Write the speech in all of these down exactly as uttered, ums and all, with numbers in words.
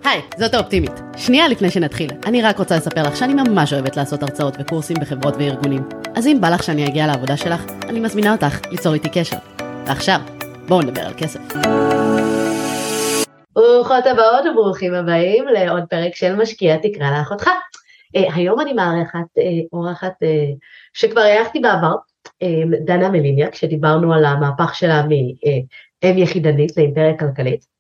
היי, זאת האופטימית. שנייה לפני שנתחיל, אני רק רוצה לספר לך שאני ממש אוהבת לעשות הרצאות וקורסים בחברות וארגונים. אז אם בא לך שאני אגיע לעבודה שלך, אני מזמינה אותך ליצור איתי קשר. ועכשיו, בואו נדבר על כסף. ברוכות הבאות וברוכים הבאים לעוד פרק של משקיע תקרא לאחותך. Uh, היום אני מארחת uh, אורחת uh, שכבר ערכתי בעבר, uh, דנה מליניאק, כשדיברנו על המהפך שלה מאם יחידנית לאימפריה כלכלית.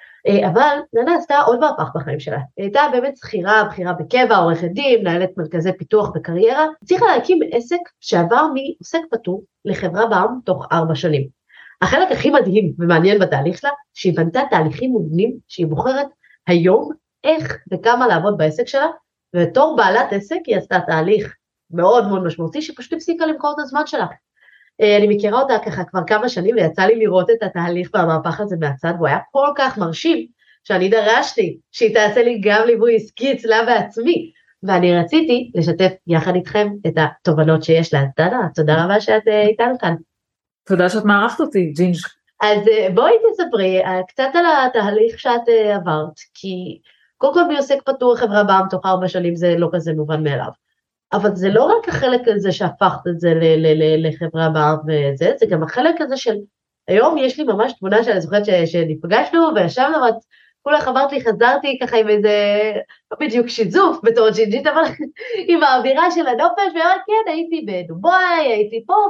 אבל ננה עשתה עוד מהפך בחיים שלה, היא הייתה באמת שכירה, בחירה בקבע, עורכת דין, מנהלת מרכזי פיתוח בקריירה, הצליחה להקים עסק שעבר מעוסק פטור לחברה בע"מ תוך ארבע שנים. החלק הכי מדהים ומעניין בתהליך שלה, שהיא בנתה תהליכים מובנים שהיא בוחרת היום איך וכמה לעבוד בעסק שלה, ובתור בעלת עסק היא עשתה תהליך מאוד מאוד משמעותי, שפשוט הפסיקה למכור את הזמן שלה. אני מכירה אותה ככה כבר כמה שנים, ויצא לי לראות את התהליך והמהפך הזה מהצד, והוא היה כל כך מרשים, שאני דרשתי שהיא תעשה לי גם ליווי עסקי אצלה בעצמי, ואני רציתי לשתף יחד איתכם את התובנות שיש לה. דנה, תודה רבה שאת איתנו כאן. תודה שאת מערכת אותי, ג'ינג'. אז בואי תספרי קצת על התהליך שאת עברת, כי קודם כל מעוסק פטור חברה בע"מ תוך ארבע שנים זה לא כזה מובן מאליו. אבל זה לא רק החלק הזה שהפכת את זה לחברה בע"מ וזה, זה גם החלק הזה של, היום יש לי ממש תמונה שאני זוכרת שנפגשנו וישבנו, ואת כולך אמרת לי, חזרתי ככה עם איזה, לא בדיוק שיזוף בתור ג'ינג'ית, אבל עם האווירה של הנופש, ואמרת, כן, הייתי בדובאי, הייתי פה,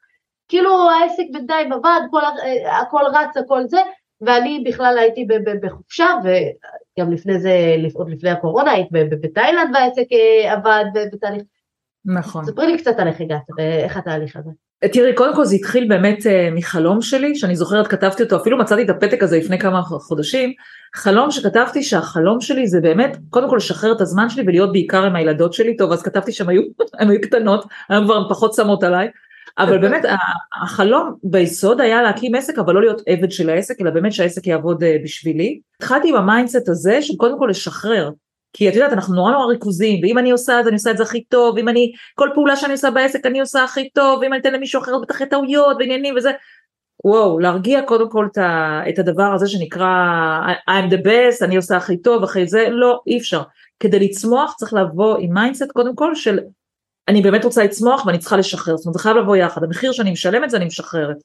וכאילו העסק בינתיים עבד, הכל רץ, הכל זה, ואני בכלל הייתי בחופשה, וגם לפני זה, עוד לפני הקורונה, הייתי בתאילנד, והעסק עבד בתהליך. נכון. ספרי לי קצת על איך הגעת, ואיך התהליך הזה. תראי, קודם כל זה התחיל באמת מחלום שלי, שאני זוכרת, כתבתי אותו, אפילו מצאתי את הפתק הזה לפני כמה חודשים, חלום שכתבתי שהחלום שלי זה באמת, קודם כל לשחרר את הזמן שלי, ולהיות בעיקר עם הילדות שלי, טוב, אז כתבתי שהן היו, היו קטנות, היום כבר פחות שמות עליי, אבל באמת החלום ביסוד היה להקים עסק, אבל לא להיות עבד של העסק, אלא באמת שהעסק יעבוד בשבילי. התחלתי עם המיינדסט הזה, שקודם כל לשחרר, כי את יודעת, אנחנו נורא נורא ריכוזים, ואם אני עושה את זה, אני עושה את זה הכי טוב, ואם אני, כל פעולה שאני עושה בעסק, אני עושה הכי טוב, ואם אני אתן למישהו אחר בטח את טעויות ועניינים וזה, וואו, להרגיע קודם כל את הדבר הזה שנקרא, I'm the best, אני עושה הכי טוב, אחרי זה, לא, אי אפשר. כדי לצמוח צריך לבוא עם מיינדסט קודם כל של, אני באמת רוצה לצמוח ואני צריכה לשחרר, זאת אומרת, זה חייב לבוא יחד, המחיר שאני משלמת זה אני משחררת.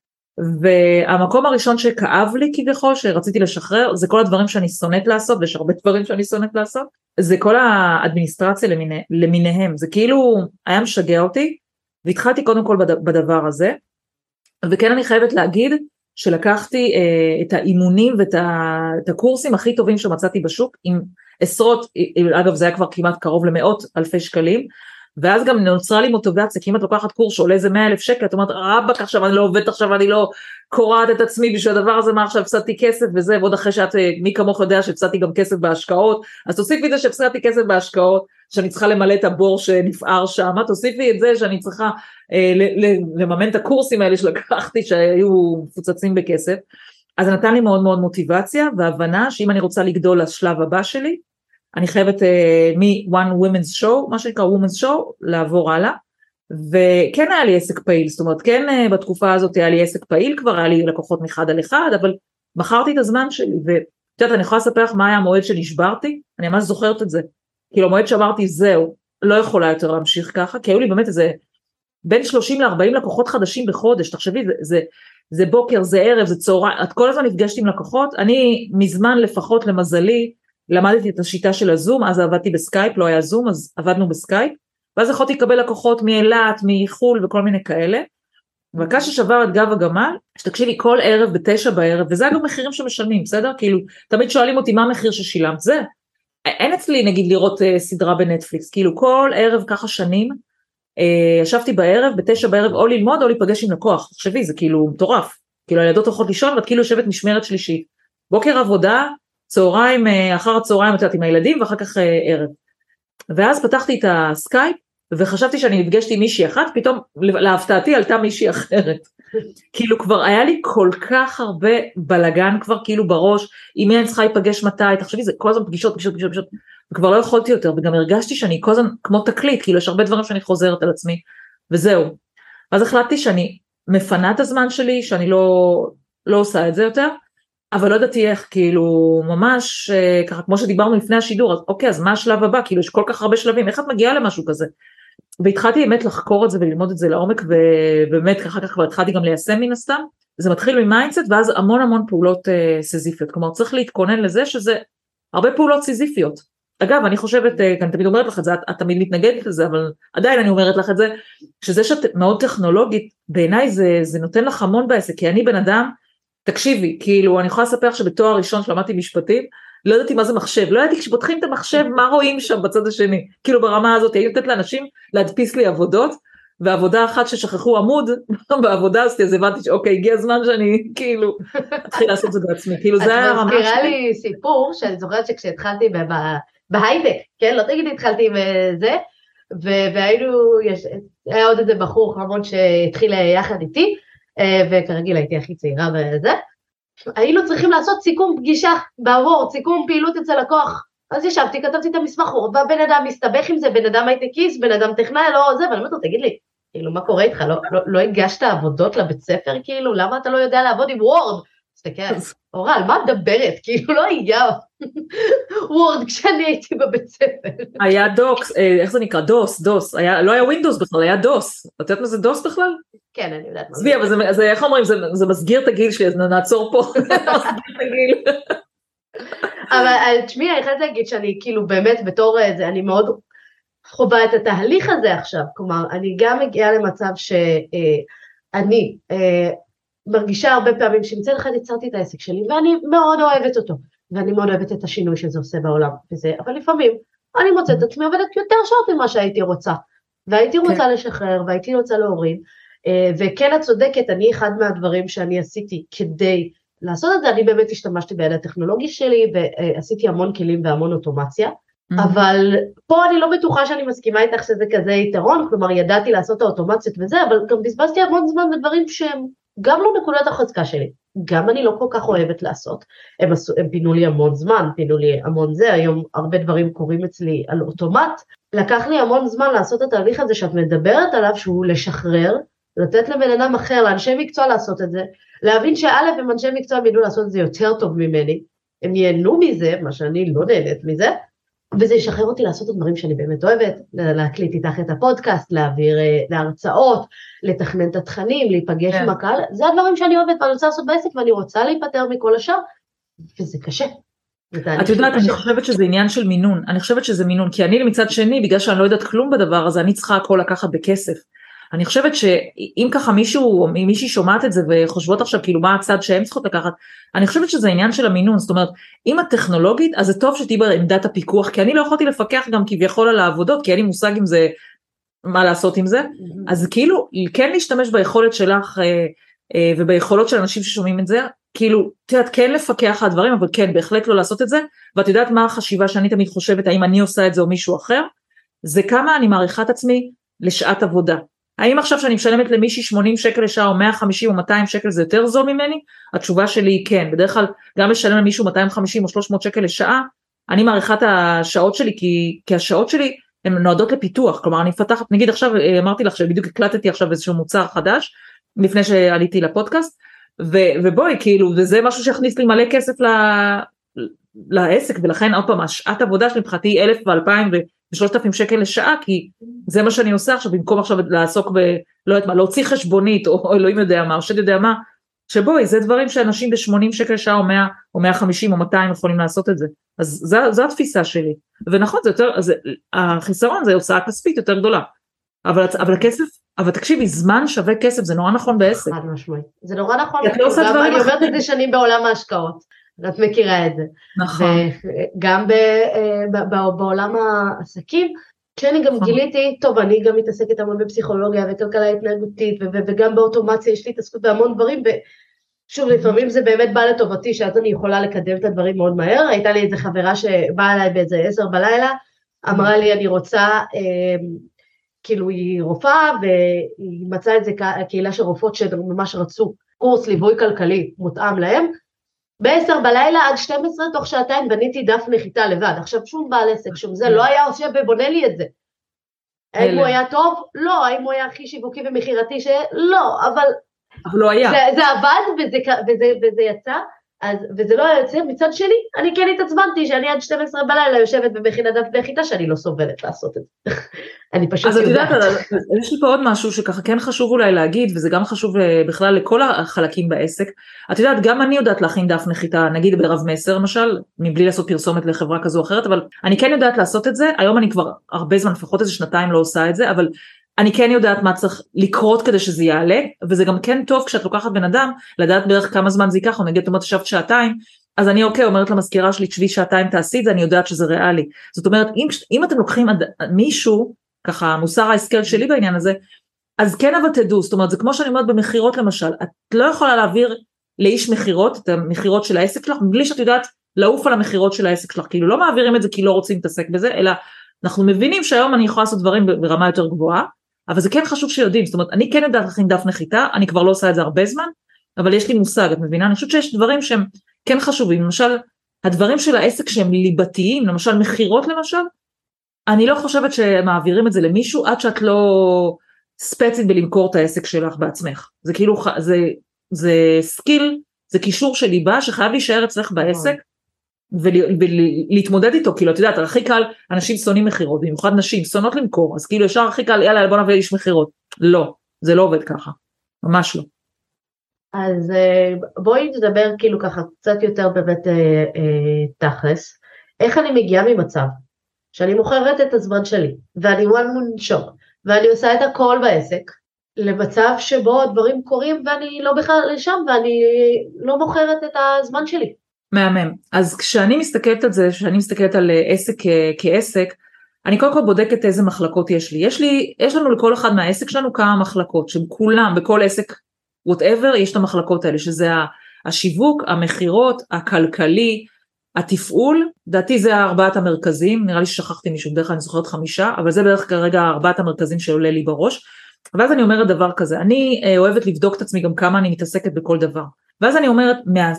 והמקום הראשון שכאב לי כביכול, שרציתי לשחרר, זה כל הדברים שאני שונאת לעשות, ויש הרבה דברים שאני שונאת לעשות, זה כל האדמיניסטרציה למיני, למיניהם, זה כאילו היה משגע אותי, והתחלתי קודם כל בדבר הזה, וכן אני חייבת להגיד, שלקחתי אה, את האימונים ואת ה, את הקורסים הכי טובים שמצאתי בשוק, עם עשרות, אגב זה היה כבר כמעט קרוב למאות אלפי שקלים, ואז גם נוצרה לי מוטיבציה, כי אם את לוקחת קורס שעולה איזה מאה אלף שקל, את אומרת, רבק עכשיו אני לא עובדת עכשיו, אני לא קוראת את עצמי בשביל הדבר הזה, מה עכשיו הפסדתי כסף וזה, ועוד אחרי שאת, מי כמוך יודע שהפסדתי גם כסף בהשקעות, אז תוסיפי את זה שהפסדתי כסף בהשקעות, שאני צריכה למלא את הבור שנפער שם, תוסיפי את זה שאני צריכה אה, לממן את הקורסים האלה שלקחתי, שהיו מפוצצים בכסף, אז נתן לי מאוד מאוד מוטיבציה, והבנה שאם אני רוצה לגדול לשלב הבא שלי, אני חייבת uh, מ-One Women's Show, מה שנקרא Women's Show, לעבור הלאה, וכן היה לי עסק פעיל, זאת אומרת, כן uh, בתקופה הזאת היה לי עסק פעיל כבר, היה לי לקוחות מחד על אחד, אבל בחרתי את הזמן שלי, ואת יודעת, אני יכולה לספר לך מה היה המועד שנשברתי, אני ממש זוכרת את זה, כאילו המועד שאמרתי, זהו, לא יכולה יותר להמשיך ככה, כי היו לי באמת איזה, בין שלושים לארבעים לקוחות חדשים בחודש, תחשבי, זה, זה, זה בוקר, זה ערב, זה צהריים, את כל הזמן נפגשתי עם לקוחות, אני מזמן לפחות למזלי, למדתי את השיטה של הזום, אז עבדתי בסקייפ, לא היה זום, אז עבדנו בסקייפ, ואז יכולתי לקבל לקוחות מאילת, מחול וכל מיני כאלה, והקש ששבר את גב הגמל, שתקשיבי כל ערב בתשע בערב, וזה אגב מחירים שמשלמים, בסדר? כאילו, תמיד שואלים אותי מה המחיר ששילמת, זה, אין אצלי נגיד לראות uh, סדרה בנטפליקס, כאילו כל ערב ככה שנים, uh, ישבתי בערב, בתשע בערב, או ללמוד או להיפגש עם לקוח, תחשבי, זה כאילו מטורף, כאילו הילדות הולכות לישון, ואת כאילו יושבת משמרת שלישית, בוקר עבודה, צהריים, אחר הצהריים יצאתי עם הילדים, ואחר כך ערב. ואז פתחתי את הסקייפ, וחשבתי שאני נפגשתי עם מישהי אחת, פתאום להפתעתי עלתה מישהי אחרת. כאילו כבר היה לי כל כך הרבה בלגן כבר כאילו בראש, עם מי אני צריכה להיפגש מתי, תחשבי, זה כל הזמן פגישות, פגישות, פגישות, פגישות, וכבר לא יכולתי יותר, וגם הרגשתי שאני כל הזמן כמו תקליט, כאילו יש הרבה דברים שאני חוזרת על עצמי, וזהו. אז החלטתי שאני מפנה את הזמן שלי, שאני לא, לא עושה את זה יותר, אבל לא ידעתי איך, כאילו, ממש, ככה, כמו שדיברנו לפני השידור, אז אוקיי, אז מה השלב הבא? כאילו, יש כל כך הרבה שלבים, איך את מגיעה למשהו כזה? והתחלתי באמת לחקור את זה וללמוד את זה לעומק, ובאמת, אחר כך כבר התחלתי גם ליישם מן הסתם, זה מתחיל ממיינדסט, ואז המון המון פעולות אה, סיזיפיות, כלומר, צריך להתכונן לזה שזה הרבה פעולות סיזיפיות. אגב, אני חושבת, אה, אני תמיד אומרת לך את זה, את, את תמיד מתנגדת לזה, אבל עדיין אני אומרת לך את זה, שזה שאת מאוד טכנולוגית, בעיניי זה, זה נותן לך המון בעסק, כי אני בן אדם, תקשיבי, כאילו, אני יכולה לספר שבתואר ראשון שלמדתי משפטים, לא ידעתי מה זה מחשב, לא ידעתי כשפותחים את המחשב, מה רואים שם בצד השני, כאילו ברמה הזאת, הייתי נותנת לאנשים להדפיס לי עבודות, ועבודה אחת ששכחו עמוד, בעבודה עשיתי, אז הבנתי שאוקיי, הגיע הזמן שאני, כאילו, אתחיל לעשות את זה בעצמי, כאילו זה היה ממש... את מזכירה לי סיפור, שאני זוכרת שכשהתחלתי בהייטק, כן, לא תגידי, התחלתי עם זה, והיינו, היה עוד איזה בחור חמוד שהתחיל יחד איתי, וכרגיל הייתי הכי צעירה וזה, היינו צריכים לעשות סיכום פגישה בעבור, סיכום פעילות אצל לקוח, אז ישבתי, כתבתי את המסמך, והבן אדם מסתבך עם זה, בן אדם הייטקיסט, בן אדם טכנאי, לא זה, ואני אומרת לו, תגיד לי, כאילו, מה קורה איתך? לא, לא, לא הגשת עבודות לבית ספר, כאילו, למה אתה לא יודע לעבוד עם וורד? תסתכל, אורה, על מה מדברת? כאילו, לא היה וורד כשאני הייתי בבית ספר. היה דוקס, איך זה נקרא? דוס, דוס, לא היה ווינדוס בכלל, היה דוס. את יודעת מה זה דוס בכלל? כן, אני יודעת מה זה. צבי, אבל זה, איך אומרים, זה מסגיר את הגיל שלי, אז נעצור פה, מסגיר את הגיל. אבל תשמעי, אני חייבת להגיד שאני כאילו באמת בתור זה, אני מאוד חובה את התהליך הזה עכשיו, כלומר, אני גם מגיעה למצב שאני מרגישה הרבה פעמים שמצד אחד יצרתי את העסק שלי, ואני מאוד אוהבת אותו, ואני מאוד אוהבת את השינוי שזה עושה בעולם, וזה, אבל לפעמים אני מוצאת את עצמי עובדת יותר שעות ממה שהייתי רוצה, והייתי רוצה לשחרר, והייתי רוצה להוריד, וכן את צודקת, אני אחד מהדברים שאני עשיתי כדי לעשות את זה, אני באמת השתמשתי בידע הטכנולוגי שלי, ועשיתי המון כלים והמון אוטומציה, אבל פה אני לא בטוחה שאני מסכימה איתך שזה כזה יתרון, כלומר ידעתי לעשות את האוטומציות וזה, אבל גם בזבזתי המון זמן בדברים שהם גם לא נקודת החוזקה שלי, גם אני לא כל כך אוהבת לעשות, הם, עשו, הם פינו לי המון זמן, פינו לי המון זה, היום הרבה דברים קורים אצלי על אוטומט, לקח לי המון זמן לעשות את התהליך הזה שאת מדברת עליו, שהוא לשחרר, לתת לבן אדם אחר, לאנשי מקצוע לעשות את זה, להבין שא' הם אנשי מקצוע הם ידעו לעשות את זה יותר טוב ממני, הם ייהנו מזה, מה שאני לא נהנית מזה, וזה ישחרר אותי לעשות את הדברים שאני באמת אוהבת, להקליט איתך את הפודקאסט, להעביר להרצאות, לתכנן את התכנים, להיפגש עם הקהל, זה הדברים שאני אוהבת ואני רוצה לעשות בעסק ואני רוצה להיפטר מכל השאר, וזה קשה. את יודעת, אני חושבת שזה עניין של מינון, אני חושבת שזה מינון, כי אני מצד שני, בגלל שאני לא יודעת כלום בדבר הזה, אני צריכה הכל לקחת בכסף. אני חושבת שאם ככה מישהו, או מישהי שומעת את זה וחושבות עכשיו כאילו מה הצד שהם צריכות לקחת, אני חושבת שזה העניין של המינון, זאת אומרת, אם את טכנולוגית, אז זה טוב שתהי בעמדת הפיקוח, כי אני לא יכולתי לפקח גם כביכול על העבודות, כי אין לי מושג עם זה, מה לעשות עם זה, אז כאילו, כן להשתמש ביכולת שלך, וביכולות של אנשים ששומעים את זה, כאילו, תדעת, כן לפקח על הדברים, אבל כן, בהחלט לא לעשות את זה, ואת יודעת מה החשיבה שאני תמיד חושבת, האם אני עושה את זה או מישהו אחר, זה כמה אני מעריכה את עצמי לשעת עבודה. האם עכשיו שאני משלמת למישהי שמונים שקל לשעה או מאה וחמישים או מאתיים שקל זה יותר זול ממני? התשובה שלי היא כן, בדרך כלל גם לשלם למישהו מאתיים וחמישים או שלוש מאות שקל לשעה, אני מעריכה את השעות שלי, כי, כי השעות שלי הן נועדות לפיתוח, כלומר אני מפתחת, נגיד עכשיו אמרתי לך שבדיוק הקלטתי עכשיו איזשהו מוצר חדש, לפני שעליתי לפודקאסט, ו, ובואי כאילו, וזה משהו שהכניס לי מלא כסף ל, לעסק, ולכן עוד פעם, השעת עבודה שלי מבחינתי אלף ואלפיים ושלושת אלפים שקל לשעה, כי זה מה שאני עושה עכשיו, במקום עכשיו לעסוק ב, לא יודעת מה, להוציא חשבונית, או אלוהים יודע מה, או שד יודע מה, שבואי, זה דברים שאנשים ב-שמונים שקל לשעה, או מאה, או מאה וחמישים, או מאתיים יכולים לעשות את זה, אז זו, זו התפיסה שלי, ונכון, זה יותר, אז החיסרון זה הוצאה כספית יותר גדולה, אבל, אבל הכסף, אבל תקשיבי, זמן שווה כסף, זה נורא נכון בעסק. חד משמעית, זה נורא נכון, גם אני אומרת את זה שנים בעולם ההשקעות, את מכירה את זה. נכון. וגם בעולם העסקים, כשאני גם גיליתי, טוב, אני גם מתעסקת המון בפסיכולוגיה וכלכלה התנהגותית, וגם באוטומציה יש לי התעסקות בהמון דברים, ושוב, לפעמים זה באמת בא לטובתי, שאז אני יכולה לקדם את הדברים מאוד מהר, הייתה לי איזו חברה שבאה אליי באיזה עשר בלילה, אמרה לי, אני רוצה, כאילו היא רופאה, והיא מצאה איזו קהילה של רופאות שממש רצו קורס ליווי כלכלי מותאם להם, בעשר בלילה עד שתים עשרה תוך שעתיים בניתי דף נחיתה לבד, עכשיו שום בעל עסק, שום זה, לא היה עושה ובונה לי את זה. האם הוא היה טוב? לא. האם הוא היה הכי שיווקי ומחירתי? לא, אבל... אבל לא היה. זה עבד וזה יצא, אז, וזה לא היה יוצא, מצד שני, אני כן התעצבנתי שאני עד שתים עשרה בלילה יושבת במכינת דף נחיתה שאני לא סובלת לעשות את זה. אני פשוט אז את יודעת, יודעת. יש לי פה עוד משהו שככה כן חשוב אולי להגיד, וזה גם חשוב בכלל לכל החלקים בעסק. את יודעת, גם אני יודעת להכין דף נחיתה, נגיד ברב מסר למשל, מבלי לעשות פרסומת לחברה כזו או אחרת, אבל אני כן יודעת לעשות את זה, היום אני כבר הרבה זמן, לפחות איזה שנתיים לא עושה את זה, אבל אני כן יודעת מה צריך לקרות כדי שזה יעלה, וזה גם כן טוב כשאת לוקחת בן אדם, לדעת בערך כמה זמן זה ייקח, או נגיד, אומרת, ישבת שעתיים, אז אני אוקיי, אומרת למזכירה שלי, תשבי שעתיים תעשי את זה, אני יודעת שזה ריאלי. זאת אומרת, אם, אם אתם לוקחים מישהו, ככה מוסר ההשכל שלי בעניין הזה, אז כן אבל תדעו, זאת אומרת, זה כמו שאני אומרת במחירות למשל, את לא יכולה להעביר לאיש מחירות, את המחירות של העסק שלך, מבלי שאת יודעת לעוף על המחירות של העסק שלך, כאילו לא מעבירים את זה כי לא רוצים להתעסק בזה, אלא אנחנו מבינים שהיום אני יכולה לעשות דברים ברמה יותר גבוהה, אבל זה כן חשוב שיודעים, זאת אומרת, אני כן יודעת להכין דף נחיתה, אני כבר לא עושה את זה הרבה זמן, אבל יש לי מושג, את מבינה? אני חושבת שיש דברים שהם כן חשובים, למשל, הדברים של העסק שהם ליבתיים, למשל מחירות למשל, אני לא חושבת שמעבירים את זה למישהו, עד שאת לא ספצית בלמכור את העסק שלך בעצמך, זה כאילו, זה, זה סקיל, זה קישור של ליבה, שחייב להישאר אצלך בעסק, ולהתמודד איתו, כאילו, את יודעת, הכי קל, אנשים שונאים מחירות, במיוחד נשים, שונאות למכור, אז כאילו, ישר הכי קל, יאללה, בוא נביא איש מחירות, לא, זה לא עובד ככה, ממש לא. אז בואי נדבר כאילו ככה, קצת יותר באמת תכלס, איך אני מגיעה ממצב, שאני מוכרת את הזמן שלי, ואני one man shop, ואני עושה את הכל בעסק, למצב שבו הדברים קורים, ואני לא בכלל שם, ואני לא מוכרת את הזמן שלי. מהמם. אז כשאני מסתכלת על זה, כשאני מסתכלת על עסק כעסק, אני קודם כל בודקת איזה מחלקות יש לי. יש לי, יש לנו לכל אחד מהעסק שלנו כמה מחלקות, שהם כולם, בכל עסק, whatever, יש את המחלקות האלה, שזה השיווק, המחירות, הכלכלי, התפעול, דעתי זה ארבעת המרכזים, נראה לי ששכחתי מישהו, בדרך כלל אני זוכרת חמישה, אבל זה בערך כרגע ארבעת המרכזים שעולה לי בראש, ואז אני אומרת דבר כזה, אני אוהבת לבדוק את עצמי גם כמה אני מתעסקת בכל דבר, ואז אני אומרת, מה,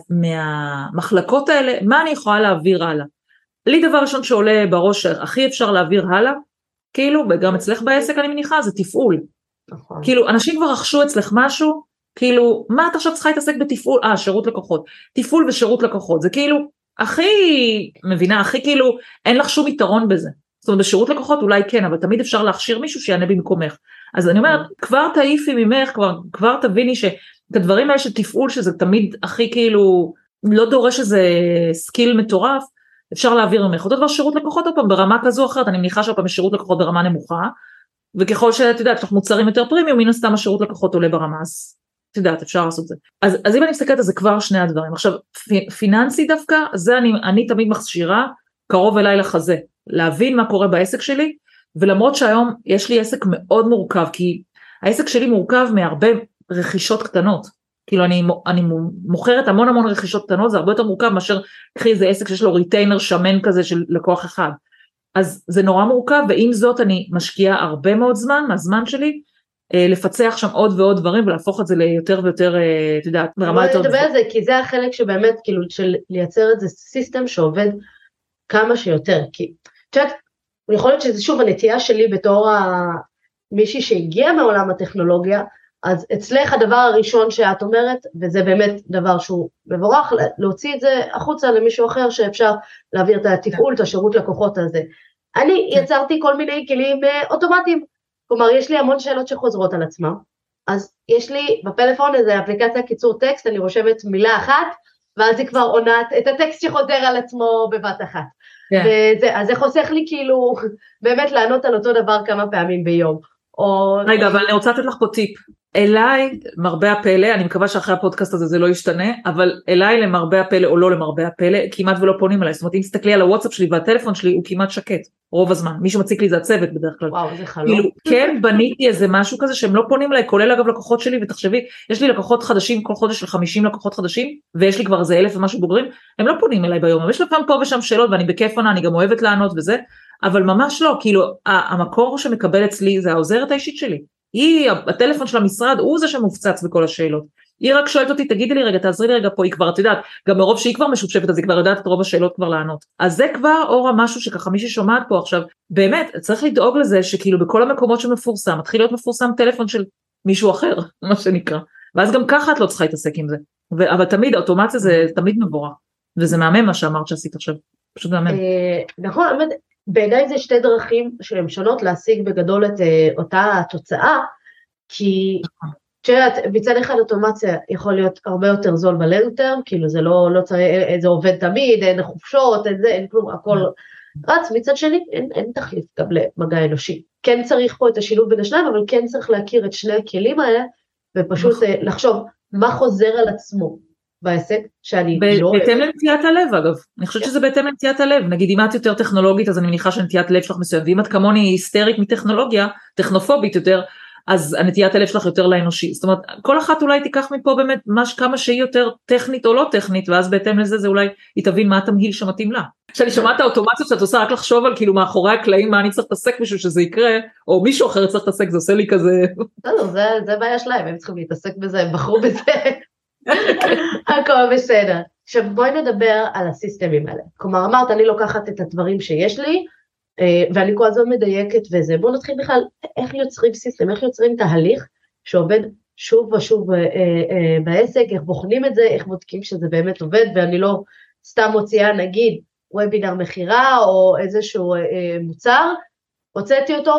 מהמחלקות האלה, מה אני יכולה להעביר הלאה? לי דבר ראשון שעולה בראש, הכי אפשר להעביר הלאה, כאילו, וגם אצלך בעסק אני מניחה, זה תפעול. נכון. כאילו, אנשים כבר רכשו אצלך משהו, כאילו, מה אתה עכשיו צריכה להתעסק בתפעול? אה, שירות לקוחות. תפעול ושירות לקוחות, זה כאילו, הכי, מבינה, הכי כאילו, אין לך שום יתרון בזה. זאת אומרת, בשירות לקוחות אולי כן, אבל תמיד אפשר להכשיר מישהו שיענה במקומך. אז אני אומרת, כבר תעיפי ממך, כבר, כבר תביני שאת הדברים האלה של תפעול, שזה תמיד הכי כאילו, לא דורש איזה סקיל מטורף, אפשר להעביר ממך. אותו דבר שירות לקוחות עוד פעם, ברמה כזו או אחרת, אני מניחה שהפעם שירות לקוחות ברמה נמוכה, וככל שאת יודעת, יש לך מוצרים יותר פרימיום, מן הסתם השירות לקוחות עולה ברמה, אז את יודעת, אפשר לעשות זה. אז, אז אם אני מסתכלת, אז זה כבר שני הדברים. עכשיו, פיננסי דווקא, זה אני, אני תמיד מכשירה, קרוב אליי לחזה, להבין מה קורה בעסק שלי, ולמרות שהיום יש לי עסק מאוד מורכב, כי העסק שלי מורכב מהרבה רכישות קטנות, כאילו אני, אני מוכרת המון המון רכישות קטנות, זה הרבה יותר מורכב מאשר, קחי איזה עסק שיש לו ריטיינר שמן כזה של לקוח אחד, אז זה נורא מורכב, ועם זאת אני משקיעה הרבה מאוד זמן, מהזמן שלי, לפצח שם עוד ועוד דברים, ולהפוך את זה ליותר ויותר, את יודעת, ברמה יותר... בואי נדבר על זה, כי זה החלק שבאמת, כאילו, של לייצר את זה סיסטם שעובד כמה שיותר, כי, את יודעת, יכול להיות שזה שוב הנטייה שלי בתור מישהי שהגיעה מעולם הטכנולוגיה, אז אצלך הדבר הראשון שאת אומרת, וזה באמת דבר שהוא מבורך, להוציא את זה החוצה למישהו אחר שאפשר להעביר את התפעול, את השירות לקוחות הזה. אני יצרתי כל מיני כלים אוטומטיים, כלומר יש לי המון שאלות שחוזרות על עצמם, אז יש לי בפלאפון איזה אפליקציה קיצור טקסט, אני רושמת מילה אחת, ואז היא כבר עונת את הטקסט שחוזר על עצמו בבת אחת. וזה, אז זה חוסך לי כאילו באמת לענות על אותו דבר כמה פעמים ביום. או... רגע, אבל אני רוצה לתת לך פה טיפ. אליי, מרבה הפלא, אני מקווה שאחרי הפודקאסט הזה זה לא ישתנה, אבל אליי למרבה הפלא או לא למרבה הפלא, כמעט ולא פונים אליי. זאת אומרת, אם תסתכלי על הוואטסאפ שלי והטלפון שלי, הוא כמעט שקט, רוב הזמן. מי שמציק לי זה הצוות בדרך כלל. וואו, זה חלום. כאילו, כן, בניתי איזה משהו כזה שהם לא פונים אליי, כולל אגב לקוחות שלי, ותחשבי, יש לי לקוחות חדשים, כל חודש של חמישים לקוחות חדשים, ויש לי כבר איזה אלף ומשהו בוגרים, הם לא פונים אליי ביום, יש לפעמים פה ושם שאלות, ואני בכיף עונה, אני גם אוהבת לענות וזה, אבל ממש לא, כאילו, המקור שמקבל אצלי זה העוזרת האישית שלי. היא, הטלפון של המשרד, הוא זה שמופצץ בכל השאלות. היא רק שואלת אותי, תגידי לי רגע, תעזרי לי רגע פה, היא כבר, את יודעת, גם מרוב שהיא כבר משופשפת, אז היא כבר יודעת את רוב השאלות כבר לענות. אז זה כבר אורה משהו שככה מי ששומעת פה עכשיו, באמת, צריך לדאוג לזה שכאילו בכל המקומות שמפורסם, מתחיל להיות מפורסם טלפון של מישהו אחר, מה שנקרא. ואז גם ככה את לא צריכה להתעסק עם זה. אבל תמיד, האוטומציה זה תמיד מבורך, וזה מהמם מה שאמרת שעשית עכשיו, פשוט מהמם. נכון, בעיניי זה שתי דרכים שהן שונות להשיג בגדול את אותה תוצאה, כי מצד אחד אוטומציה יכול להיות הרבה יותר זול בלנג טרם, כאילו זה לא, לא צריך, זה עובד תמיד, אין חופשות, אין זה, אין כלום, הכל רץ, מצד שני אין, אין תחליף גם למגע אנושי. כן צריך פה את השילוב בין השניים, אבל כן צריך להכיר את שני הכלים האלה, ופשוט לחשוב מה חוזר על עצמו בעסק, שאני לא... בהתאם לנטיית הלב אגב, אני חושבת שזה בהתאם לנטיית הלב, נגיד אם את יותר טכנולוגית, אז אני מניחה שנטיית הלב שלך מסוים, ואם את כמוני היסטרית מטכנולוגיה, טכנופובית יותר, אז הנטיית הלב שלך יותר לאנושי, זאת אומרת, כל אחת אולי תיקח מפה באמת מש, כמה שהיא יותר טכנית או לא טכנית, ואז בהתאם לזה זה אולי היא תבין מה התמהיל שמתאים לה. כשאני שומעת האוטומציות שאת עושה רק לחשוב על כאילו מאחורי הקלעים מה אני צריך להתעסק בשביל שזה יקרה, או מישהו אחר צריך להתעסק, זה עושה לי כזה... לא, זה, זה בעיה שלהם, הם צריכים להתעסק בזה, הם בחרו בזה, הכל בסדר. עכשיו בואי נדבר על הסיסטמים האלה, כלומר אמרת אני לוקחת את הדברים שיש לי, ואני כל הזמן מדייקת וזה, בואו נתחיל בכלל איך יוצרים סיסטם, איך יוצרים תהליך שעובד שוב ושוב בעסק, איך בוחנים את זה, איך בודקים שזה באמת עובד, ואני לא סתם מוציאה נגיד וובינר מחירה או איזשהו מוצר, הוצאתי אותו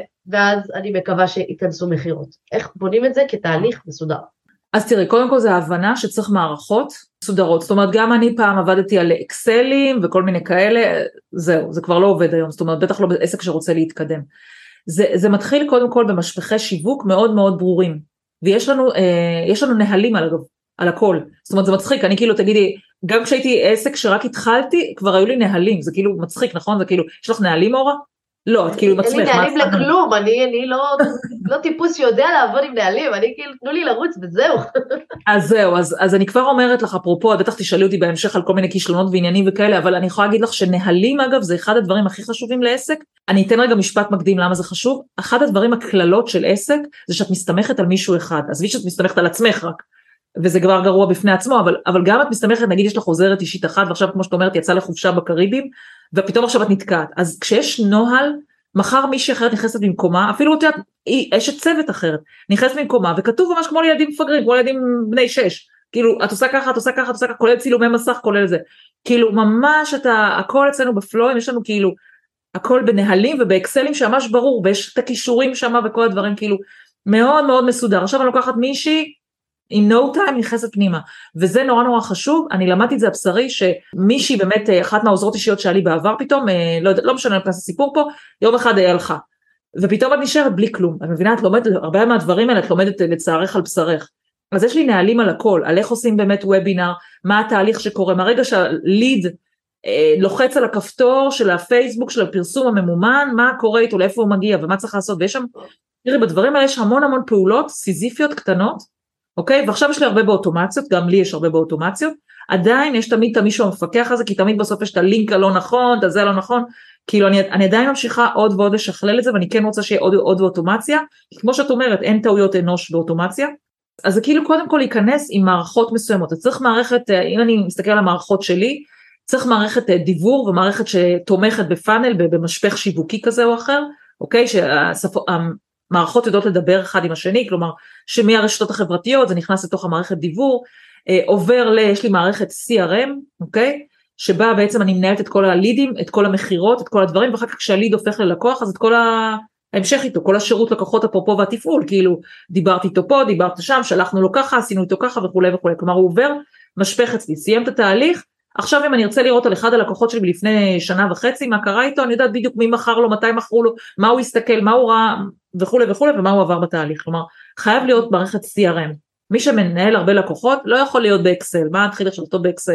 ואז אני מקווה שיכנסו מחירות. איך בונים את זה כתהליך מסודר? אז תראי, קודם כל זה ההבנה שצריך מערכות סודרות, זאת אומרת גם אני פעם עבדתי על אקסלים וכל מיני כאלה, זהו, זה כבר לא עובד היום, זאת אומרת בטח לא בעסק שרוצה להתקדם. זה, זה מתחיל קודם כל במשפחי שיווק מאוד מאוד ברורים, ויש לנו, אה, יש לנו נהלים על, על הכל, זאת אומרת זה מצחיק, אני כאילו תגידי, גם כשהייתי עסק שרק התחלתי, כבר היו לי נהלים, זה כאילו מצחיק, נכון? זה כאילו, יש לך נהלים אורה? לא, את כאילו מצליח. אין לי נהלים לכלום, אני, אני לא, לא טיפוס שיודע לעבוד עם נהלים, אני כאילו, תנו לי לרוץ וזהו. אז זהו, אז, אז אני כבר אומרת לך, אפרופו, בטח תשאלי אותי בהמשך על כל מיני כישלונות ועניינים וכאלה, אבל אני יכולה להגיד לך שנהלים אגב, זה אחד הדברים הכי חשובים לעסק. אני אתן רגע משפט מקדים למה זה חשוב. אחד הדברים הכללות של עסק, זה שאת מסתמכת על מישהו אחד, אז שאת מסתמכת על עצמך רק, וזה כבר גרוע בפני עצמו, אבל, אבל גם את מסתמכת, נגיד יש לך עוזרת אישית אחת, ועכשיו כמו שאת אומרת, יצא לחופשה בקריבים, ופתאום עכשיו את נתקעת. אז כשיש נוהל, מחר מישהי אחרת נכנסת במקומה, אפילו אותה, יש את צוות אחרת, נכנסת במקומה, וכתוב ממש כמו לילדים מפגרים, כמו לילדים בני שש, כאילו, את עושה ככה, את עושה ככה, את עושה ככה, כולל צילומי מסך, כולל זה, כאילו, ממש את ה, הכל אצלנו בפלואים, יש לנו כאילו, הכל בנהלים ובאקסלים שממש ברור, ויש את הכישורים שם וכל הדברים, כאילו, מאוד מאוד מסודר. עכשיו אני לוקחת מישהי, in no time נכנסת פנימה, וזה נורא נורא חשוב. אני למדתי את זה הבשרי, שמישהי באמת, אחת מהעוזרות אישיות שהיה לי בעבר פתאום, לא, לא משנה, אני נכנס לסיפור פה, יום אחד היא הלכה, ופתאום את נשארת בלי כלום, אני מבינה, את לומדת, הרבה מהדברים האלה, את לומדת לצערך על בשרך, אז יש לי נהלים על הכל, על איך עושים באמת וובינר, מה התהליך שקורה, מהרגע שהליד אה, לוחץ על הכפתור של הפייסבוק, של הפרסום הממומן, מה קורה איתו, לאיפה הוא מגיע, ומה צריך לעשות, ויש שם, תראי, בדברים האלה יש המון המון פעולות, סיזיפיות קטנות, אוקיי, ועכשיו יש לי הרבה באוטומציות, גם לי יש הרבה באוטומציות, עדיין יש תמיד את מישהו המפקח הזה, כי תמיד בסוף יש את הלינק הלא נכון, את זה לא נכון, כאילו אני, אני עדיין ממשיכה עוד ועוד לשכלל את זה, ואני כן רוצה שיהיה עוד, עוד באוטומציה, כי כמו שאת אומרת, אין טעויות אנוש באוטומציה, אז זה כאילו קודם כל להיכנס עם מערכות מסוימות, אז צריך מערכת, אם אני מסתכל על המערכות שלי, צריך מערכת דיבור, ומערכת שתומכת בפאנל, במשפך שיווקי כזה או אחר, אוקיי, שהשפות, מערכות יודעות לדבר אחד עם השני, כלומר, שמהרשתות החברתיות, זה נכנס לתוך המערכת דיבור, אה, עובר ל, יש לי מערכת סי אר אם, אוקיי? שבה בעצם אני מנהלת את כל הלידים, את כל המחירות, את כל הדברים, ואחר כך כשהליד הופך ללקוח, אז את כל ההמשך איתו, כל השירות לקוחות אפרופו והתפעול, כאילו, דיברתי איתו פה, דיברת שם, שלחנו לו ככה, עשינו איתו ככה וכו' וכו', כלומר, הוא עובר משפך אצלי, סיים את התהליך, עכשיו אם אני ארצה לראות על אחד הלקוחות שלי לפני שנה וחצי, מה קרה איתו, אני יודעת בדיוק מי מכר לו, מתי מכרו לו, מה הוא הסתכל, מה הוא ראה, וכו' וכו', ומה הוא עבר בתהליך. כלומר, חייב להיות מערכת סי אר אם. מי שמנהל הרבה לקוחות, לא יכול להיות באקסל. מה התחיל עכשיו אותו באקסל?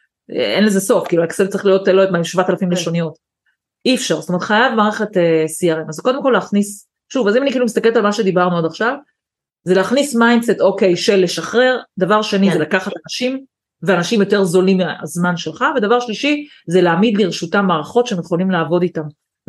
אין לזה סוף, כאילו, אקסל צריך להיות, לא יודעת מה, שבעת אלפים לשוניות. אי אפשר, זאת אומרת, חייב מערכת סי אר אם. אז קודם כל להכניס, שוב, אז אם אני כאילו מסתכלת על מה שדיברנו עד עכשיו, זה להכניס מיינדסט, אוקיי, של לשחרר. דבר שני, זה לקחת אנשים, ואנשים יותר זולים מהזמן שלך, ודבר שלישי, זה להעמיד לרשותם מערכות שהם יכולים לעבוד איתם,